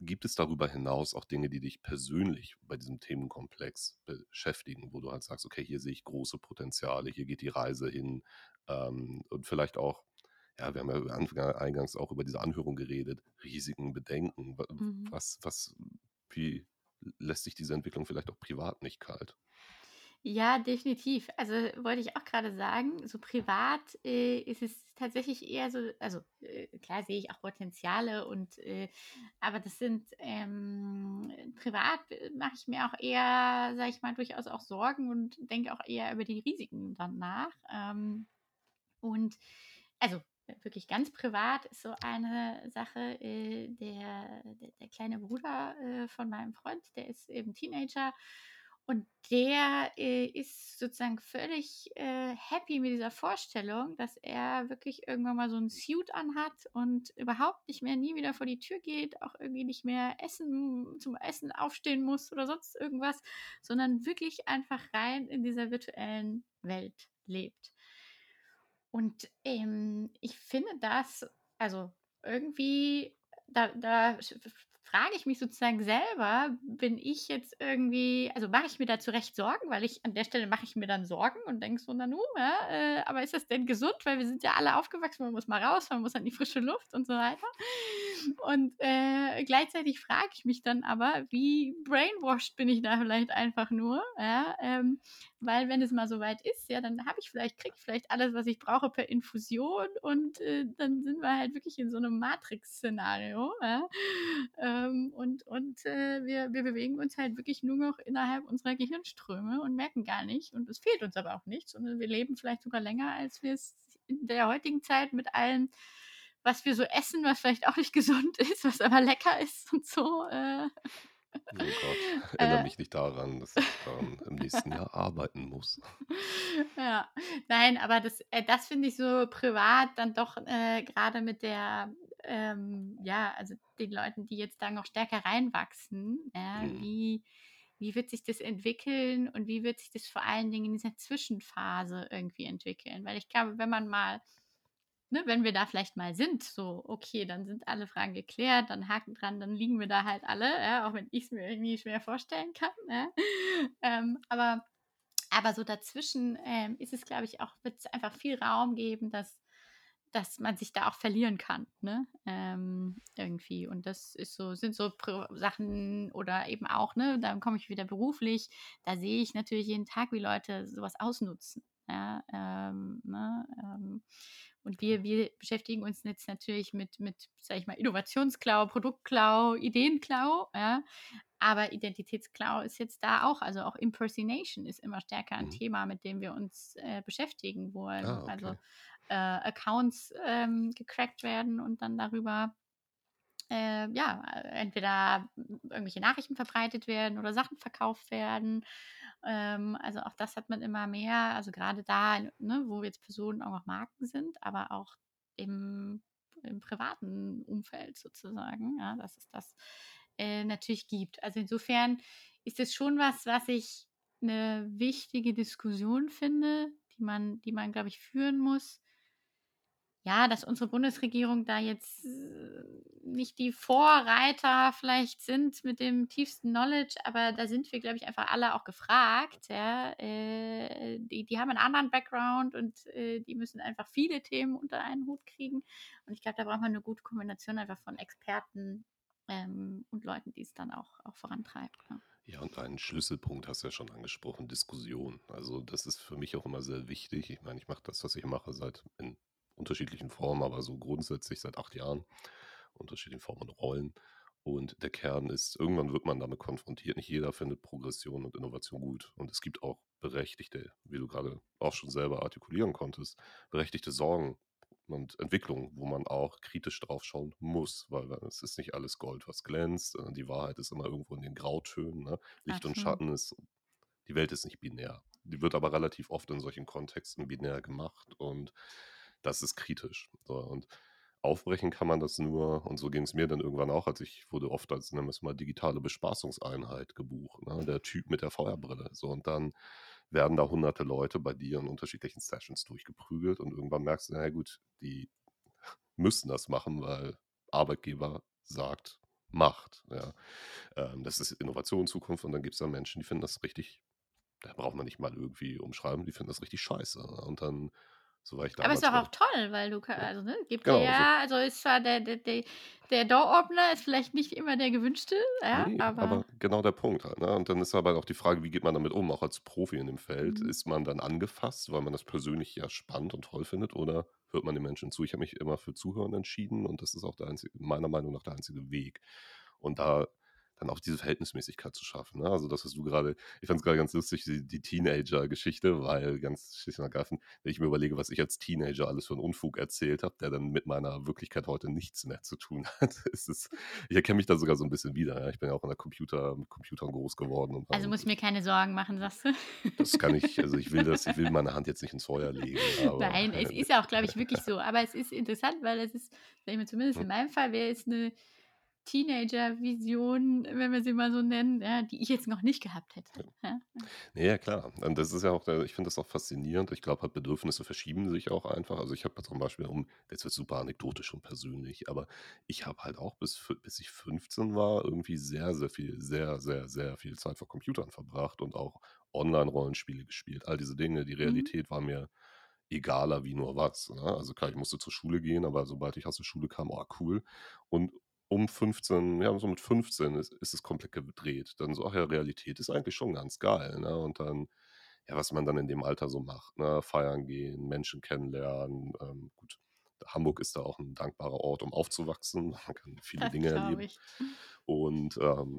Gibt es darüber hinaus auch Dinge, die dich persönlich bei diesem Themenkomplex beschäftigen, wo du halt sagst, okay, hier sehe ich große Potenziale, hier geht die Reise hin, und vielleicht auch, ja, wir haben ja eingangs auch über diese Anhörung geredet, Risiken, Bedenken. Mhm. Wie lässt sich diese Entwicklung vielleicht auch privat nicht kalt? Ja, definitiv. Also, wollte ich auch gerade sagen, so privat, ist es tatsächlich eher so, also, klar sehe ich auch Potenziale und, aber das sind, privat, mache ich mir auch eher, sage ich mal, durchaus auch Sorgen und denke auch eher über die Risiken dann nach. Und also, wirklich ganz privat ist so eine Sache, der kleine Bruder, von meinem Freund, der ist eben Teenager und der, ist sozusagen völlig, happy mit dieser Vorstellung, dass er wirklich irgendwann mal so 'n Suit anhat und überhaupt nicht mehr nie wieder vor die Tür geht, auch irgendwie nicht mehr zum Essen aufstehen muss oder sonst irgendwas, sondern wirklich einfach rein in dieser virtuellen Welt lebt. Und, ich finde das, also, irgendwie, da frage ich mich sozusagen selber, bin ich jetzt irgendwie, also, mache ich mir da zu Recht Sorgen? Weil ich an der Stelle mache ich mir dann Sorgen und denke so: „Na nu, ja, aber ist das denn gesund?“ Weil wir sind ja alle aufgewachsen, man muss mal raus, man muss an die frische Luft und so weiter. Und, gleichzeitig frage ich mich dann aber, wie brainwashed bin ich da vielleicht einfach nur, ja, weil wenn es mal so weit ist, ja, dann kriege ich vielleicht alles, was ich brauche per Infusion und, dann sind wir halt wirklich in so einem Matrix-Szenario, ja? Wir bewegen uns halt wirklich nur noch innerhalb unserer Gehirnströme und merken gar nicht und es fehlt uns aber auch nichts, sondern wir leben vielleicht sogar länger, als wir es in der heutigen Zeit mit allem, was wir so essen, was vielleicht auch nicht gesund ist, was aber lecker ist und so, Oh Gott, erinnere äh mich nicht daran, dass ich daran im nächsten Jahr arbeiten muss. Ja, nein, aber das finde ich so privat dann doch, grade mit der, ja, also den Leuten, die jetzt da noch stärker reinwachsen, ja, Mhm. wie wird sich das entwickeln und wie wird sich das vor allen Dingen in dieser Zwischenphase irgendwie entwickeln? Weil ich glaube, wenn man mal, ne, wenn wir da vielleicht mal sind, so, okay, dann sind alle Fragen geklärt, dann Haken dran, dann liegen wir da halt alle, ja, auch wenn ich es mir irgendwie schwer vorstellen kann, ja. Aber so dazwischen, ist es, glaube ich, auch, wird es einfach viel Raum geben, dass man sich da auch verlieren kann, ne? Irgendwie. Und das ist so, sind so Sachen oder eben auch, ne, dann komme ich wieder beruflich, da sehe ich natürlich jeden Tag, wie Leute sowas ausnutzen. Ja, ne, und wir beschäftigen uns jetzt natürlich mit, sag ich mal, Innovationsklau, Produktklau, Ideenklau, ja. Aber Identitätsklau ist jetzt da auch, also auch Impersonation ist immer stärker ein Mhm. Thema, mit dem wir uns beschäftigen, wo Ah, also okay. Accounts gecrackt werden und dann darüber ja, entweder irgendwelche Nachrichten verbreitet werden oder Sachen verkauft werden. Also auch das hat man immer mehr, also gerade da, ne, wo jetzt Personen auch noch Marken sind, aber auch im privaten Umfeld sozusagen, ja, dass es das natürlich gibt. Also insofern ist es schon was, was ich eine wichtige Diskussion finde, die man, glaube ich, führen muss. Ja, dass unsere Bundesregierung da jetzt, nicht die Vorreiter vielleicht sind mit dem tiefsten Knowledge, aber da sind wir, glaube ich, einfach alle auch gefragt, ja. Die haben einen anderen Background und, die müssen einfach viele Themen unter einen Hut kriegen. Und ich glaube, da braucht man eine gute Kombination einfach von Experten, und Leuten, die es dann auch vorantreiben, ja. Ja, und einen Schlüsselpunkt hast du ja schon angesprochen, Diskussion. Also das ist für mich auch immer sehr wichtig. Ich meine, ich mache das, was ich mache, seit in unterschiedlichen Formen, aber so grundsätzlich seit 8 Jahren, unterschiedlichen Formen und Rollen. Und der Kern ist, irgendwann wird man damit konfrontiert. Nicht jeder findet Progression und Innovation gut. Und es gibt auch berechtigte, wie du gerade auch schon selber artikulieren konntest, berechtigte Sorgen und Entwicklungen, wo man auch kritisch drauf schauen muss, weil es ist nicht alles Gold, was glänzt. Die Wahrheit ist immer irgendwo in den Grautönen. Ne? Licht und Absolut. Schatten ist, die Welt ist nicht binär. Die wird aber relativ oft in solchen Kontexten binär gemacht und das ist kritisch. So, und aufbrechen kann man das nur, und so ging es mir dann irgendwann auch, als ich wurde oft als, nennen wir es mal, digitale Bespaßungseinheit gebucht, ne? Der Typ mit der Feuerbrille. So, und dann werden da hunderte Leute bei dir in unterschiedlichen Sessions durchgeprügelt und irgendwann merkst du, na ja gut, die müssen das machen, weil Arbeitgeber sagt, macht. Ja. Das ist Innovation, Zukunft und dann gibt es da Menschen, die finden das richtig, da braucht man nicht mal irgendwie umschreiben, die finden das richtig scheiße. Und dann, so war ich Aber ist damals doch bei auch der, toll, weil du ja, also, ne, gibt dir genau, also ja also, ist zwar der Door-Opener ist vielleicht nicht immer der gewünschte, ja, ne, aber aber genau der Punkt halt, ne? Und dann ist aber auch die Frage, wie geht man damit um, auch als Profi in dem Feld? mhm, Ist man dann angefasst, weil man das persönlich ja spannend und toll findet oder hört man den Menschen zu? Ich habe mich immer für Zuhören entschieden und das ist auch der einzige, meiner Meinung nach der einzige Weg. Und da dann auch diese Verhältnismäßigkeit zu schaffen, ne? Also, das, was du gerade, ich fand es grade ganz lustig, die Teenager-Geschichte, weil ganz schlicht und ergreifend, wenn ich mir überlege, was ich als Teenager alles für 'n Unfug erzählt habe, der dann mit meiner Wirklichkeit heute nichts mehr zu tun hat, ist es, ich erkenne mich da sogar so ein bisschen wieder, ja. Ich bin ja auch in der mit Computern groß geworden und also, allem. muss mir keine Sorgen machen, sagst du? Das kann ich, also, ich will meine Hand jetzt nicht ins Feuer legen, aber Nein, es ist auch, glaube ich, wirklich so. Aber es ist interessant, weil es ist, sage ich mal, zumindest hm, in meinem Fall wäre es 'ne Teenager-Vision, wenn wir sie mal so nennen, ja, die ich jetzt noch nicht gehabt hätte, ja. ne, ja klar. Und das ist ja auch ich finde das auch faszinierend. Ich glaube halt, Bedürfnisse verschieben sich auch einfach. Also, ich habe zum Beispiel, jetzt wird's super anekdotisch und persönlich, aber ich habe halt auch bis ich 15 war, irgendwie sehr, sehr viel, sehr, sehr, sehr viel Zeit vor Computern verbracht und auch Online-Rollenspiele gespielt. All diese Dinge. Die Mhm, Realität war mir egaler wie nur was, ne? Also klar, ich musste zur Schule gehen, aber sobald ich aus der Schule kam, oh cool. Und um 15, ja, so mit 15 ist es komplett gedreht. Dann so: „Ach ja, Realität ist eigentlich schon ganz geil“, ne? Und dann, ja, was man dann in dem Alter so macht, ne? Feiern gehen, Menschen kennenlernen. Gut, Hamburg ist da auch ein dankbarer Ort, um aufzuwachsen. Man kann viele das Dinge glaube erleben. ich. Und,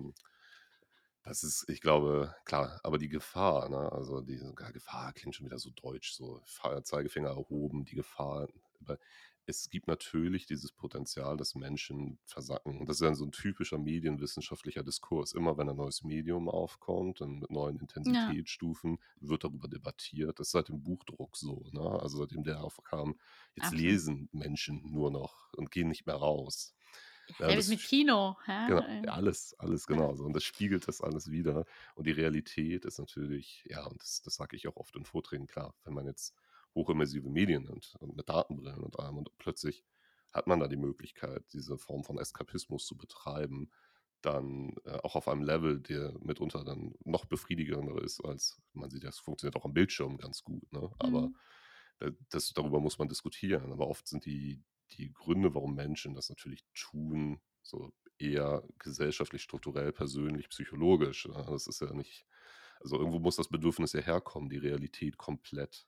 das ist, ich glaube, klar, aber die Gefahr, ne, also diese Gefahr klingt schon wieder so deutsch, so Zeigefinger erhoben, die Gefahr. Aber es gibt natürlich dieses Potenzial, dass Menschen versacken. Und das ist ja so ein typischer medienwissenschaftlicher Diskurs. Immer wenn ein neues Medium aufkommt und mit neuen Ja, Intensitätsstufen, wird darüber debattiert. Das ist seit dem Buchdruck so. Ne? Also seitdem der aufkam, jetzt absolut. lesen Menschen nur noch und gehen nicht mehr raus. Ja, Ja, selbst das mit Kino, ja, Genau, ja, alles ja. genauso. Und das spiegelt das alles wider. Und die Realität ist natürlich, ja, und das sage ich auch oft in Vorträgen, klar, wenn man jetzt hochimmersive Medien nimmt und mit Datenbrillen und allem und plötzlich hat man da die Möglichkeit, diese Form von Eskapismus zu betreiben, dann auch auf einem Level, der mitunter dann noch befriedigender ist, als man sieht, das funktioniert auch am Bildschirm ganz gut, ne? Aber Mhm. darüber muss man diskutieren. Aber oft sind die Gründe, warum Menschen das natürlich tun, so eher gesellschaftlich, strukturell, persönlich, psychologisch. Ja, das ist ja nicht, also irgendwo muss das Bedürfnis ja herkommen, die Realität komplett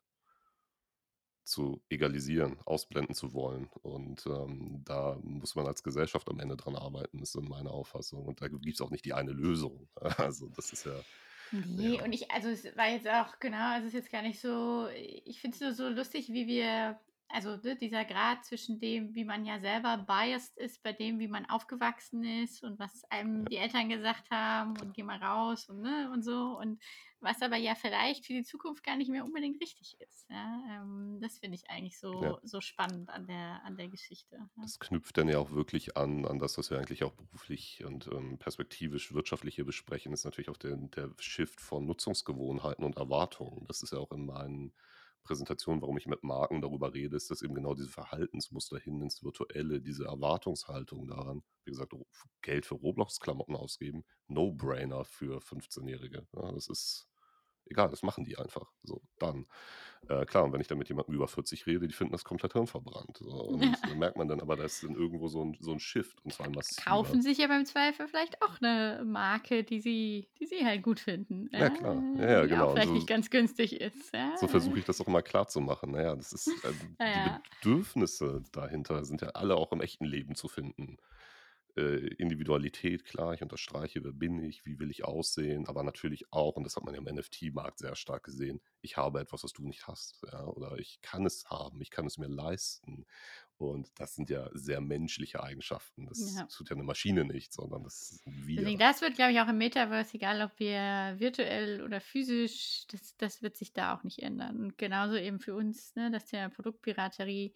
zu egalisieren, ausblenden zu wollen. Und da muss man als Gesellschaft am Ende dran arbeiten, ist so meine Auffassung. Und da gibt es auch nicht die eine Lösung. Also das ist ja, Ne, ja, und also, es war jetzt auch genau, also, es ist jetzt gar nicht so ich finde es nur so lustig, wie wir also, ne, dieser Grad zwischen dem, wie man ja selber biased ist bei dem, wie man aufgewachsen ist und was einem ja, die Eltern gesagt haben und „Geh mal raus“ und ne, und so und was aber ja vielleicht für die Zukunft gar nicht mehr unbedingt richtig ist, ja? Das finde ich eigentlich ja. so spannend an der Geschichte, ja. Das knüpft dann ja auch wirklich an das, was wir eigentlich auch beruflich und, perspektivisch wirtschaftlich hier besprechen, ist natürlich auch der Shift von Nutzungsgewohnheiten und Erwartungen. Das ist ja auch in meinen Präsentationen, warum ich mit Marken darüber rede, ist, dass eben genau diese Verhaltensmuster hin ins Virtuelle, diese Erwartungshaltung daran, wie gesagt, Geld für Roblox-Klamotten ausgeben, No-Brainer für 15-Jährige. Ja, das ist egal, das machen die einfach. So, dann. Klar, und wenn ich dann mit jemandem über 40 rede, die finden das komplett hirnverbrannt. So. Und da merkt man dann aber, da ist dann irgendwo so ein Shift, und zwar ein massiver. Kaufen sich ja beim Zweifel vielleicht auch eine Marke, die sie halt gut finden, Ja, ja, klar. Ja, ja, die auch genau. Und vielleicht nicht ganz günstig ist, ja, so versuche ich das auch immer klarzumachen. Na ja, das ist, ja, die ja. Bedürfnisse dahinter sind ja alle auch im echten Leben zu finden. Individualität, klar, ich unterstreiche, wer bin ich, wie will ich aussehen, aber natürlich auch, und das hat man ja im NFT-Markt sehr stark gesehen, ich habe etwas, was du nicht hast, ja, oder ich kann es haben, ich kann es mir leisten. Und das sind ja sehr menschliche Eigenschaften. Das Ja. tut ja eine Maschine nicht, sondern das sind Deswegen, wir. das wird, glaube ich, auch im Metaverse, egal ob wir virtuell oder physisch, das wird sich da auch nicht ändern. Und genauso eben für uns, ne, das Thema Produktpiraterie,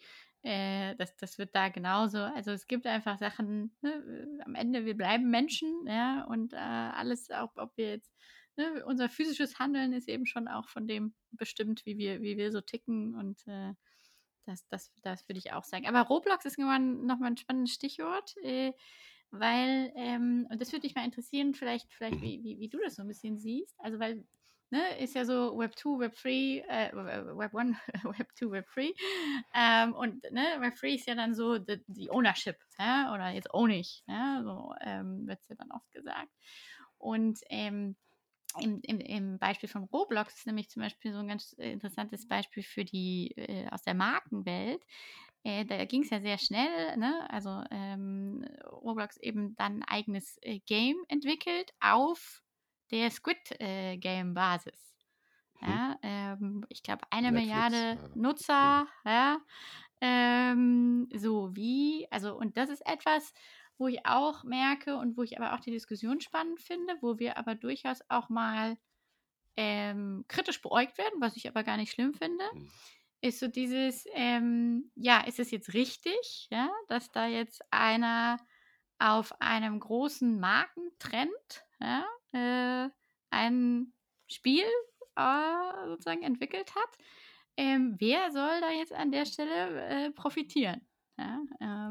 das wird da genauso. Also es gibt einfach Sachen, ne, am Ende, wir bleiben Menschen, ja, und alles, auch ob wir jetzt, ne, unser physisches Handeln ist eben schon auch von dem bestimmt, wie wir so ticken und das würde ich auch sagen. Aber Roblox ist noch mal ein spannendes Stichwort. weil, und das würde mich mal interessieren, vielleicht, Mhm. wie du das so ein bisschen siehst. Also, weil, ne, ist ja so Web 2, Web 3, Web 1, Web 2, Web 3. Und ne, Web 3 ist ja dann so die Ownership, ja, oder jetzt own ich, ja, so wird es ja dann oft gesagt. Und im Beispiel von Roblox ist nämlich zum Beispiel so ein ganz interessantes Beispiel für die aus der Markenwelt. Da ging es ja sehr schnell, ne? Also Roblox eben dann ein eigenes Game entwickelt auf der Squid Game Basis. Mhm. Ja, ich glaube, eine Netflix. Milliarde Mhm. Nutzer, ja, so wie, also, und das ist etwas, wo ich auch merke und wo ich aber auch die Diskussion spannend finde, wo wir aber durchaus auch mal kritisch beäugt werden, was ich aber gar nicht schlimm finde, Mhm. ist so dieses, ja, ist es jetzt richtig, ja, dass da jetzt einer auf einem großen Markentrend, ja, ein Spiel sozusagen entwickelt hat? Wer soll da jetzt an der Stelle profitieren? Ja,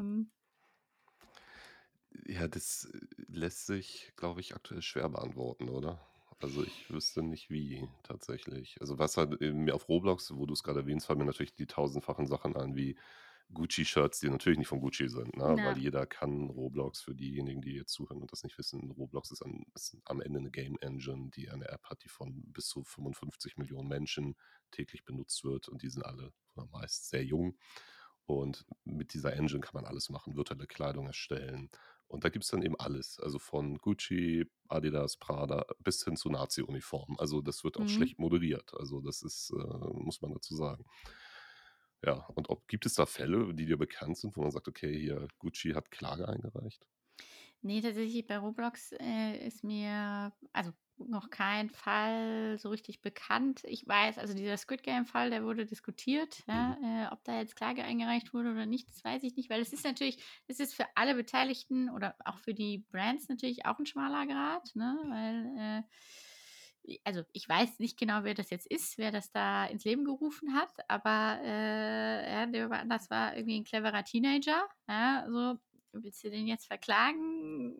Ja, das lässt sich, glaube ich, aktuell schwer beantworten, oder? Also ich wüsste nicht wie tatsächlich. Also was halt eben mir auf Roblox, wo du es gerade erwähnst, fallen mir natürlich die tausendfachen Sachen an, wie Gucci-Shirts, die natürlich nicht von Gucci sind, ne? Weil na, jeder kann Roblox, für diejenigen, die jetzt zuhören und das nicht wissen, Roblox ist am Ende eine Game Engine, die eine App hat, die von bis zu 55 Millionen Menschen täglich benutzt wird und die sind alle oder meist sehr jung. Und mit dieser Engine kann man alles machen, virtuelle Kleidung erstellen. Und da gibt es dann eben alles, also von Gucci, Adidas, Prada bis hin zu Nazi-Uniformen. Also das wird auch mhm. schlecht moderiert. Also das ist, muss man dazu sagen. Ja, und gibt es da Fälle, die dir bekannt sind, wo man sagt, okay, hier Gucci hat Klage eingereicht? Nee, tatsächlich bei Roblox ist mir also noch kein Fall so richtig bekannt. Ich weiß, also dieser Squid Game-Fall, der wurde diskutiert, Mhm. ja, ob da jetzt Klage eingereicht wurde oder nicht, das weiß ich nicht, weil es ist natürlich, es ist für alle Beteiligten oder auch für die Brands natürlich auch ein schmaler Grat, ne, weil also ich weiß nicht genau, wer das jetzt ist, wer das da ins Leben gerufen hat, aber ja, das war irgendwie ein cleverer Teenager, ja, so willst du den jetzt verklagen?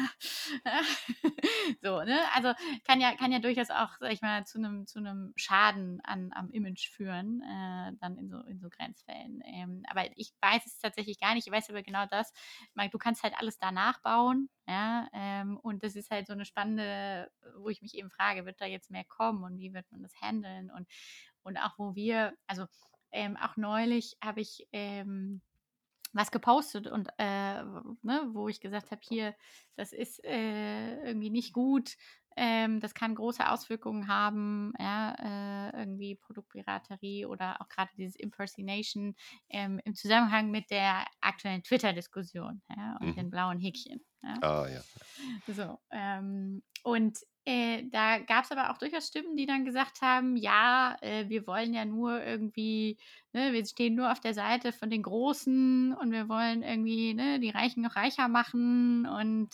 So, ne? Also kann ja durchaus auch, sag ich mal, zu einem Schaden am Image führen, dann in so Grenzfällen. Aber ich weiß es tatsächlich gar nicht. Ich weiß aber genau das. Ich meine, du kannst halt alles da nachbauen, ja, und das ist halt so eine spannende, wo ich mich eben frage, wird da jetzt mehr kommen und wie wird man das handeln und auch wo wir, also auch neulich habe ich was gepostet und ne, wo ich gesagt habe, hier, das ist irgendwie nicht gut, das kann große Auswirkungen haben, ja, irgendwie Produktpiraterie oder auch gerade dieses Impersonation im Zusammenhang mit der aktuellen Twitter-Diskussion, ja, und Mhm. den blauen Häkchen. Ja. Ah ja. So, und da gab es aber auch durchaus Stimmen, die dann gesagt haben, ja, wir wollen ja nur irgendwie, ne, wir stehen nur auf der Seite von den Großen und wir wollen irgendwie, ne, die Reichen noch reicher machen und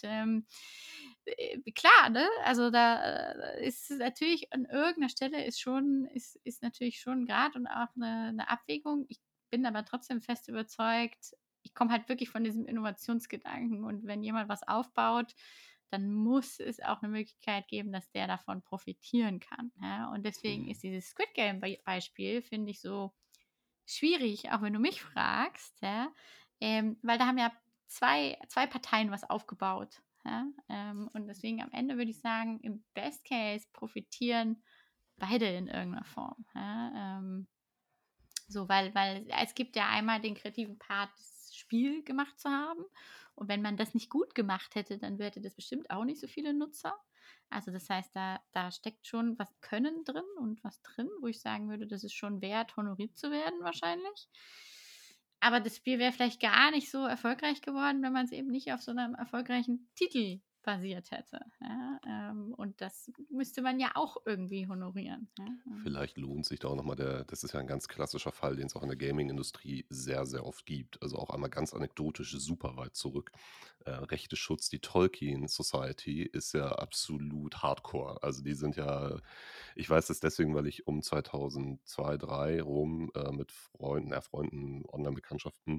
klar, ne, also da ist es natürlich an irgendeiner Stelle ist natürlich schon ein Grad und auch eine Abwägung. Ich bin aber trotzdem fest überzeugt, ich komme halt wirklich von diesem Innovationsgedanken und wenn jemand was aufbaut, dann muss es auch eine Möglichkeit geben, dass der davon profitieren kann. Ja? Und deswegen Mhm. ist dieses Squid Game Beispiel, finde ich, so schwierig, auch wenn du mich fragst, ja? Weil da haben ja zwei Parteien was aufgebaut. Ja? Und deswegen am Ende würde ich sagen, im Best Case profitieren beide in irgendeiner Form. Ja? So, weil es gibt ja einmal den kreativen Part, das Spiel gemacht zu haben. Und wenn man das nicht gut gemacht hätte, dann hätte das bestimmt auch nicht so viele Nutzer. Also das heißt, da steckt schon was Können drin und was drin, wo ich sagen würde, das ist schon wert, honoriert zu werden wahrscheinlich. Aber das Spiel wäre vielleicht gar nicht so erfolgreich geworden, wenn man es eben nicht auf so einem erfolgreichen Titel basiert hätte. Ja? Und das müsste man ja auch irgendwie honorieren. Ja? Vielleicht lohnt sich da auch nochmal das ist ja ein ganz klassischer Fall, den es auch in der Gaming-Industrie sehr, sehr oft gibt. Also auch einmal ganz anekdotisch super weit zurück. Rechteschutz, die Tolkien Society ist ja absolut hardcore. Also die sind ja, ich weiß das deswegen, weil ich um 2002, 2003 rum mit Freunden, Freunden, Online-Bekanntschaften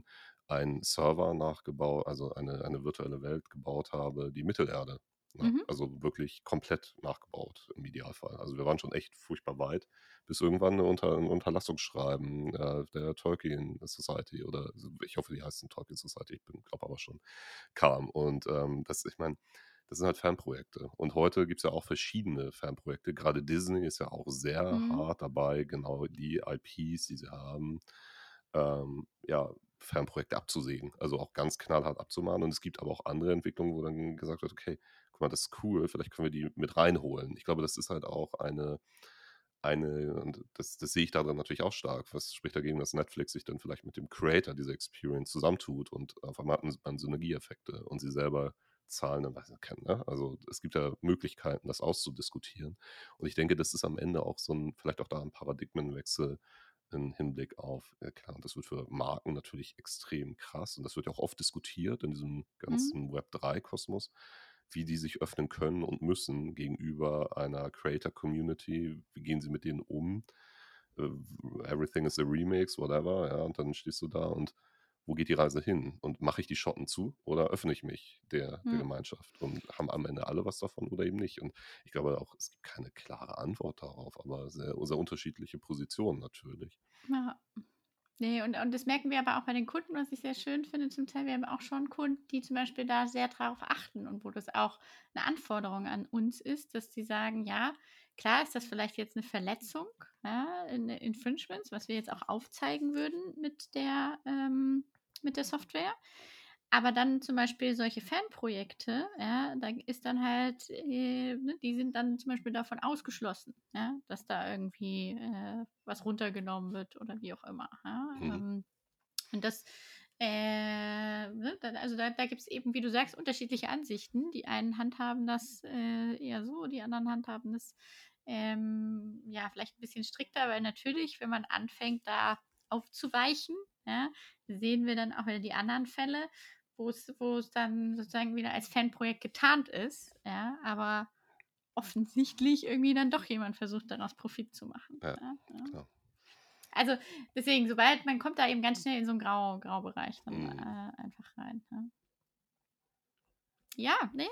einen Server nachgebaut, also eine virtuelle Welt gebaut habe, die Mittelerde. Ne? Mhm. Also wirklich komplett nachgebaut im Idealfall. Also wir waren schon echt furchtbar weit, bis irgendwann ein Unterlassungsschreiben der Tolkien Society oder ich hoffe, die heißen Tolkien Society, ich glaube aber schon, kam. Und ich meine, das sind halt Fanprojekte. Und heute gibt es ja auch verschiedene Fanprojekte. Gerade Disney ist ja auch sehr Mhm. hart dabei, genau die IPs, die sie haben, ja, Fanprojekte abzusägen. Also auch ganz knallhart abzumahnen. Und es gibt aber auch andere Entwicklungen, wo dann gesagt wird, okay, guck mal, das ist cool, vielleicht können wir die mit reinholen. Ich glaube, das ist halt auch und das sehe ich darin natürlich auch stark. Was spricht dagegen, dass Netflix sich dann vielleicht mit dem Creator dieser Experience zusammentut und auf einmal hat man Synergieeffekte und sie selber Zahlen dann weiter kennen. Ne? Also es gibt ja Möglichkeiten, das auszudiskutieren. Und ich denke, das ist am Ende auch vielleicht auch da ein Paradigmenwechsel im Hinblick auf, klar, und das wird für Marken natürlich extrem krass und das wird ja auch oft diskutiert in diesem Mhm. ganzen Web3-Kosmos, wie die sich öffnen können und müssen gegenüber einer Creator-Community. Wie gehen sie mit denen um? Äh, Everything is a Remix, whatever, ja, und dann stehst du da und wo geht die Reise hin? Und mache ich die Schotten zu oder öffne ich mich der Mhm. Gemeinschaft? Und haben am Ende alle was davon oder eben nicht? Und ich glaube auch, es gibt keine klare Antwort darauf, aber sehr unterschiedliche Positionen natürlich. Ja. Ne, und das merken wir aber auch bei den Kunden, was ich sehr schön finde zum Teil. Wir haben auch schon Kunden, die zum Beispiel da sehr drauf achten und wo das auch eine Anforderung an uns ist, dass die sagen: „Ja, klar ist das vielleicht jetzt eine Verletzung, ja, 'ne Infringements, was wir jetzt auch aufzeigen würden mit der Software. Aber dann zum Beispiel solche Fanprojekte, ja, da ist dann halt, ne, die sind dann zum Beispiel davon ausgeschlossen, ja, dass da irgendwie was runtergenommen wird oder wie auch immer. Ja, Mhm. und das, ne, also da gibt es eben, wie du sagst, unterschiedliche Ansichten. Die einen handhaben das eher so, die anderen handhaben das ja vielleicht ein bisschen strikter, weil natürlich, wenn man anfängt, da aufzuweichen, ja, sehen wir dann auch wieder die anderen Fälle, wo es dann sozusagen wieder als Fanprojekt getarnt ist, ja, aber offensichtlich irgendwie dann doch jemand versucht, daraus Profit zu machen. Ja, Ja, ja. klar. Also deswegen, sobald man kommt da eben ganz schnell in so einen Graubereich dann Mhm. einfach rein. Ne? Ja, nee,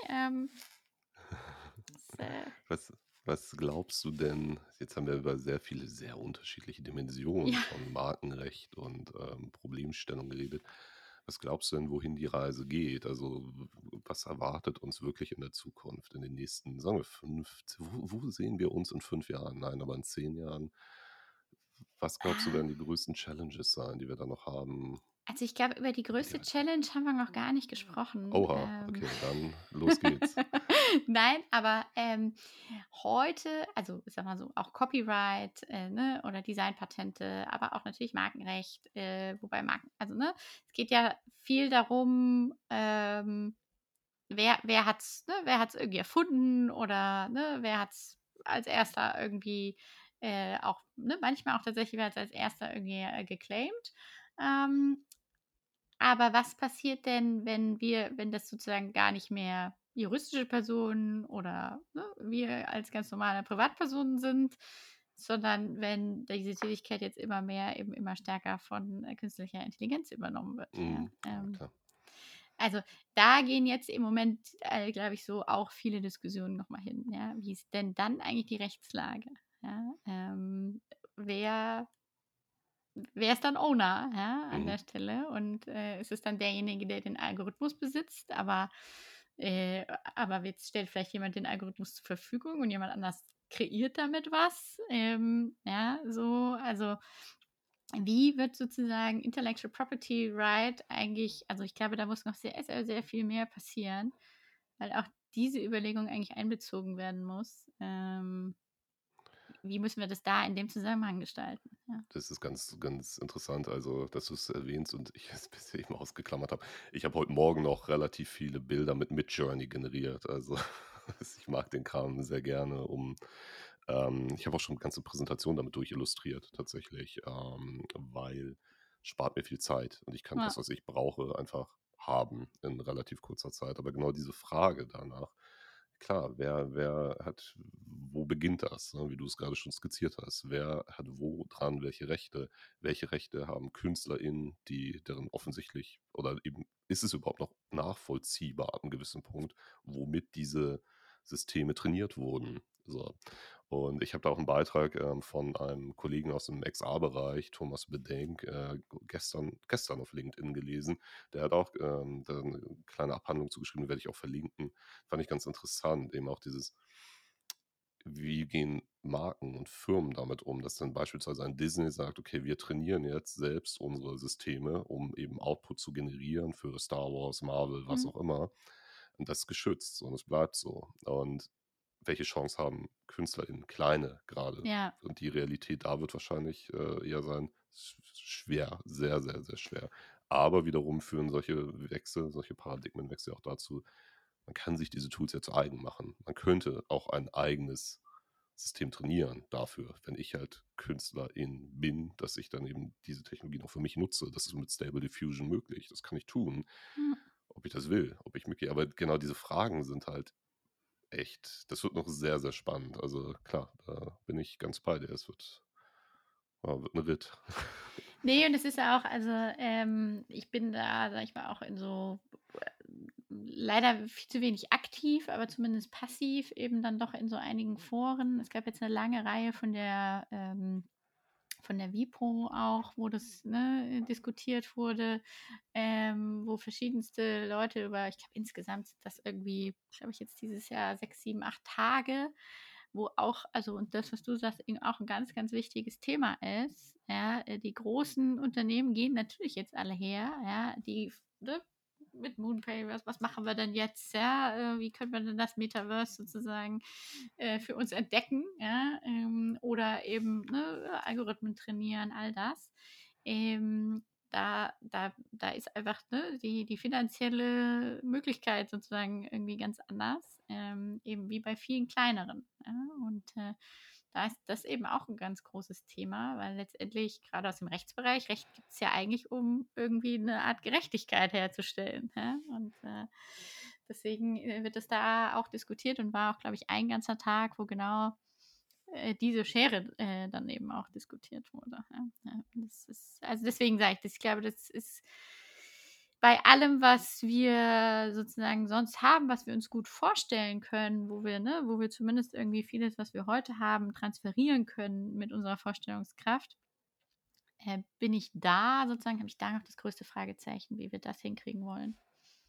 das, Was, was glaubst du denn, jetzt haben wir über sehr viele, sehr unterschiedliche Dimensionen ja. von Markenrecht und Problemstellung geredet. Was glaubst du denn, wohin die Reise geht? Also was erwartet uns wirklich in der Zukunft, in den nächsten, sagen wir, wo sehen wir uns in 5 Jahren? Nein, aber in 10 Jahren. Was glaubst du werden die größten Challenges sein, die wir da noch haben? Also ich glaube, über die größte Idealfall. Challenge haben wir noch gar nicht gesprochen. Oha, okay, dann los geht's. Nein, aber heute, also ich sag mal so, auch Copyright ne, oder Designpatente, aber auch natürlich Markenrecht, wobei also ne, es geht ja viel darum, wer hat's irgendwie erfunden oder ne, wer hat's als erster irgendwie auch, ne, manchmal auch tatsächlich, wer hat's als erster irgendwie geclaimed. Ähm, aber was passiert denn, wenn das sozusagen gar nicht mehr juristische Personen oder, ne, wir als ganz normale Privatpersonen sind, sondern wenn diese Tätigkeit jetzt immer mehr eben immer stärker von, künstlicher Intelligenz übernommen wird, ja? Ja, klar. Also, da gehen jetzt im Moment, glaube ich, so auch viele Diskussionen noch mal hin, ja? Wie ist denn dann eigentlich die Rechtslage, ja? Wer wer ist dann Owner, ja, an Mhm. der Stelle? Und, ist es dann derjenige, der den Algorithmus besitzt, aber jetzt stellt vielleicht jemand den Algorithmus zur Verfügung und jemand anders kreiert damit was? Ja, so, also, wie wird sozusagen Intellectual Property Right eigentlich, also, ich glaube, da muss noch sehr, sehr, sehr viel mehr passieren, weil auch diese Überlegung eigentlich einbezogen werden muss. Wie müssen wir das da in dem Zusammenhang gestalten? Ja. Das ist ganz, ganz interessant, also, dass du es erwähnst und ich es bisher eben ausgeklammert habe. Ich habe heute Morgen noch relativ viele Bilder mit Midjourney generiert. Also, ich mag den Kram sehr gerne, ich habe auch schon ganze Präsentationen damit durchillustriert tatsächlich, weil spart mir viel Zeit und ich kann Ja. das, was ich brauche, einfach haben in relativ kurzer Zeit. Aber genau diese Frage danach, klar, wo beginnt das, ne, wie du es gerade schon skizziert hast? Wer hat wo dran welche Rechte? Welche Rechte haben KünstlerInnen, deren offensichtlich oder eben ist es überhaupt noch nachvollziehbar ab 'nem gewissen Punkt, womit diese Systeme trainiert wurden? So. Und ich habe da auch einen Beitrag, von einem Kollegen aus dem XR-Bereich, Thomas Bedenk, gestern auf LinkedIn gelesen. Der hat auch, da 'ne kleine Abhandlung zu geschrieben, die werde ich auch verlinken. Fand ich ganz interessant, eben auch dieses, wie gehen Marken und Firmen damit um, dass dann beispielsweise ein Disney sagt: „Okay, wir trainieren jetzt selbst unsere Systeme, um eben Output zu generieren für Star Wars, Marvel, was Mhm. auch immer.“ Und das ist geschützt und es bleibt so. Und welche Chance haben KünstlerInnen, kleine gerade? Ja. Und die Realität da wird wahrscheinlich, eher sein, schwer, sehr, sehr, sehr schwer. Aber wiederum führen solche Paradigmenwechsel auch dazu, man kann sich diese Tools ja zu eigen machen. Man könnte auch ein eigenes System trainieren dafür, wenn ich halt Künstlerin bin, dass ich dann eben diese Technologie noch für mich nutze. Das ist mit Stable Diffusion möglich. Das kann ich tun, Mhm. ob ich das will, ob ich mitgehe. Aber genau diese Fragen sind halt echt, das wird noch sehr, sehr spannend. Also klar, da bin ich ganz bei dir. Wird ein Ritt. Ne, und es ist ja auch also, ich bin da, sage ich mal, auch in so leider viel zu wenig aktiv, aber zumindest passiv eben dann doch in so einigen Foren. Es gab jetzt eine lange Reihe von der WIPO auch, wo das, ne, diskutiert wurde, wo verschiedenste Leute über ich glaube, insgesamt sind das irgendwie, glaube ich, jetzt dieses Jahr 6, 7, 8 Tage, wo auch also und das, was du sagst, eben auch ein ganz, ganz wichtiges Thema ist, ja, die großen Unternehmen gehen natürlich jetzt alle her, ja, die ne, mit MoonPay, was machen wir denn jetzt, ja, wie können wir denn das Metaverse sozusagen für uns entdecken, ja, oder eben ne, Algorithmen trainieren, all das. Da ist einfach ne, die finanzielle Möglichkeit sozusagen irgendwie ganz anders, eben wie bei vielen kleineren. Ja? Und da ist das eben auch ein ganz großes Thema, weil letztendlich gerade aus dem Rechtsbereich, Recht gibt es ja eigentlich, um irgendwie eine Art Gerechtigkeit herzustellen. Ja? Und deswegen wird das da auch diskutiert und war auch, glaube ich, ein ganzer Tag, wo genau diese Schere dann eben auch diskutiert wurde. Ja? Ja, das ist, also deswegen sage ich das, ich glaube, das ist bei allem, was wir sozusagen sonst haben, was wir uns gut vorstellen können, wo wir zumindest irgendwie vieles, was wir heute haben, transferieren können mit unserer Vorstellungskraft, bin ich da sozusagen, habe ich da noch das größte Fragezeichen, wie wir das hinkriegen wollen.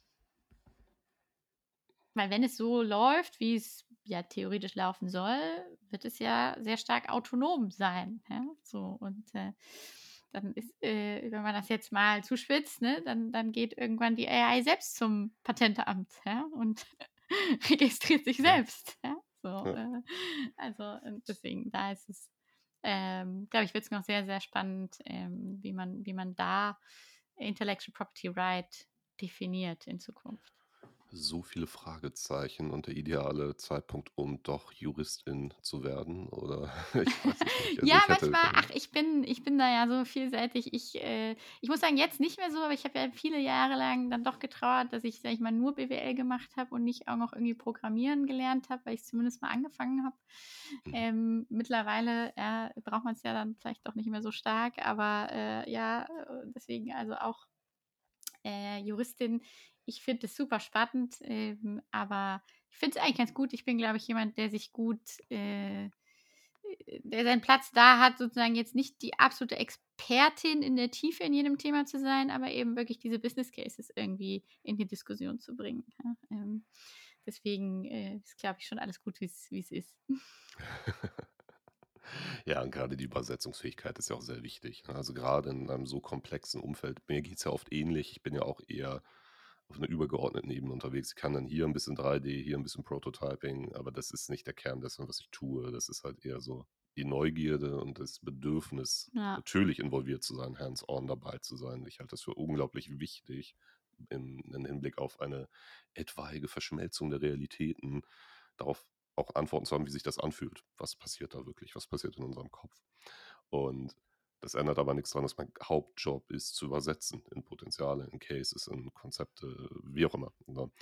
Weil wenn es so läuft, wie es ja theoretisch laufen soll, wird es ja sehr stark autonom sein. Ja? So, und dann ist, wenn man das jetzt mal zuspitzt, ne, dann geht irgendwann die AI selbst zum Patenteamt, ja, und registriert sich Ja, selbst. Ja? So, ja. also und deswegen, da ist es, glaube ich, wird es noch sehr, sehr spannend, wie man da Intellectual Property Right definiert in Zukunft. So viele Fragezeichen und der ideale Zeitpunkt, um doch Juristin zu werden, oder ich weiß es nicht. Also Ja, ich hätte manchmal, keine. ach, ich bin da ja so vielseitig. Ich muss sagen, jetzt nicht mehr so, aber ich habe ja viele Jahre lang dann doch getrauert, dass ich, sage ich mal, nur BWL gemacht habe und nicht auch noch irgendwie Programmieren gelernt habe, weil ich zumindest mal angefangen habe. Mhm. Mittlerweile ja, braucht man es ja dann vielleicht doch nicht mehr so stark, aber ja, deswegen also auch Juristin. Ich finde es super spannend, aber ich finde es eigentlich ganz gut. Ich bin, glaube ich, jemand, der sich gut, der seinen Platz da hat, sozusagen jetzt nicht die absolute Expertin in der Tiefe in jedem Thema zu sein, aber eben wirklich diese Business Cases irgendwie in die Diskussion zu bringen. Ja? Deswegen ist, glaube ich, schon alles gut, wie es ist. Ja, und gerade die Übersetzungsfähigkeit ist ja auch sehr wichtig, ne? Also gerade in einem so komplexen Umfeld. Mir geht es ja oft ähnlich. Ich bin ja auch eher auf einer übergeordneten Ebene unterwegs. Ich kann dann hier ein bisschen 3D, hier ein bisschen Prototyping, aber das ist nicht der Kern dessen, was ich tue. Das ist halt eher so die Neugierde und das Bedürfnis, Ja, natürlich involviert zu sein, hands-on dabei zu sein. Ich halte das für unglaublich wichtig im Hinblick auf eine etwaige Verschmelzung der Realitäten, darauf auch Antworten zu haben, wie sich das anfühlt. Was passiert da wirklich? Was passiert in unserem Kopf? Und das ändert aber nichts daran, dass mein Hauptjob ist, zu übersetzen in Potenziale, in Cases, in Konzepte, wie auch immer. Ne?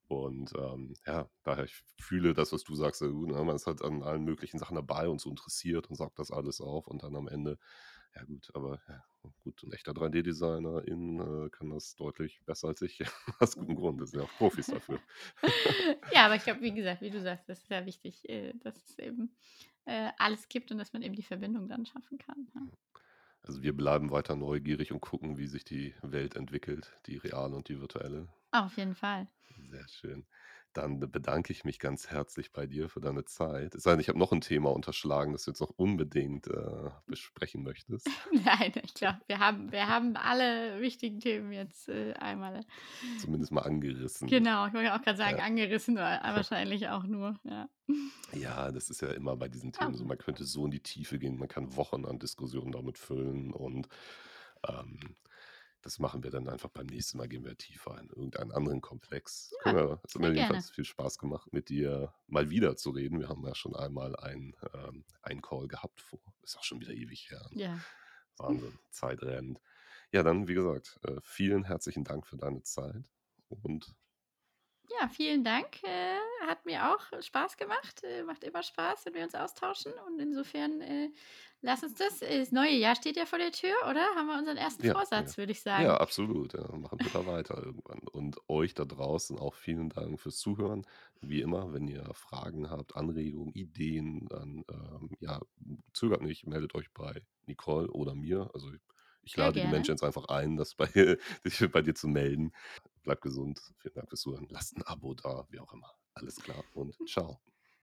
Und ja, daher ich fühle das, was du sagst, sehr gut. Ne? Man ist halt an allen möglichen Sachen dabei und so interessiert und saugt das alles auf und dann am Ende, ja gut, aber ja, gut, ein echter 3D-Designer kann das deutlich besser als ich. Aus gutem Grund, das sind ja auch Profis dafür. Ja, aber ich glaube, wie gesagt, wie du sagst, das ist sehr wichtig, dass es eben alles gibt und dass man eben die Verbindung dann schaffen kann. Ja. Also wir bleiben weiter neugierig und gucken, wie sich die Welt entwickelt, die reale und die virtuelle. Auf jeden Fall. Sehr schön. Dann bedanke ich mich ganz herzlich bei dir für deine Zeit. Es sei denn, ich habe noch ein Thema unterschlagen, das du jetzt noch unbedingt besprechen möchtest. Nein, ich glaube, wir haben alle wichtigen Themen jetzt einmal. Zumindest mal angerissen. Genau, ich wollte auch gerade sagen, Ja. angerissen, wahrscheinlich auch nur. Ja. Ja, das ist ja immer bei diesen Themen so. Aber Man könnte so in die Tiefe gehen, man kann Wochen an Diskussionen damit füllen und ähm, das machen wir dann einfach beim nächsten Mal, gehen wir tiefer in irgendeinen anderen Komplex. ja, Es hat mir sehr gerne. jedenfalls viel Spaß gemacht, mit dir mal wieder zu reden. Wir haben ja schon einmal einen Call gehabt vor. Ist auch schon wieder ewig her. Ja. Wahnsinn, Zeit rennt. Ja, dann, wie gesagt, vielen herzlichen Dank für deine Zeit und Ja, vielen Dank. Hat mir auch Spaß gemacht. Macht immer Spaß, wenn wir uns austauschen. Und insofern lass uns das neue Jahr steht ja vor der Tür, oder? Haben wir unseren ersten ja, ja. Vorsatz, würde ich Ja, sagen. absolut. Ja, machen wir da weiter irgendwann. Und euch da draußen auch vielen Dank fürs Zuhören. Wie immer, wenn ihr Fragen habt, Anregungen, Ideen, dann ja, zögert nicht, meldet euch bei Nicole oder mir. Also ich Sehr lade die gerne. Menschen jetzt einfach ein, sich bei dir zu melden. Bleibt gesund. Vielen Dank fürs Zuhören. Lasst ein Abo da, wie auch immer. Alles klar und ciao.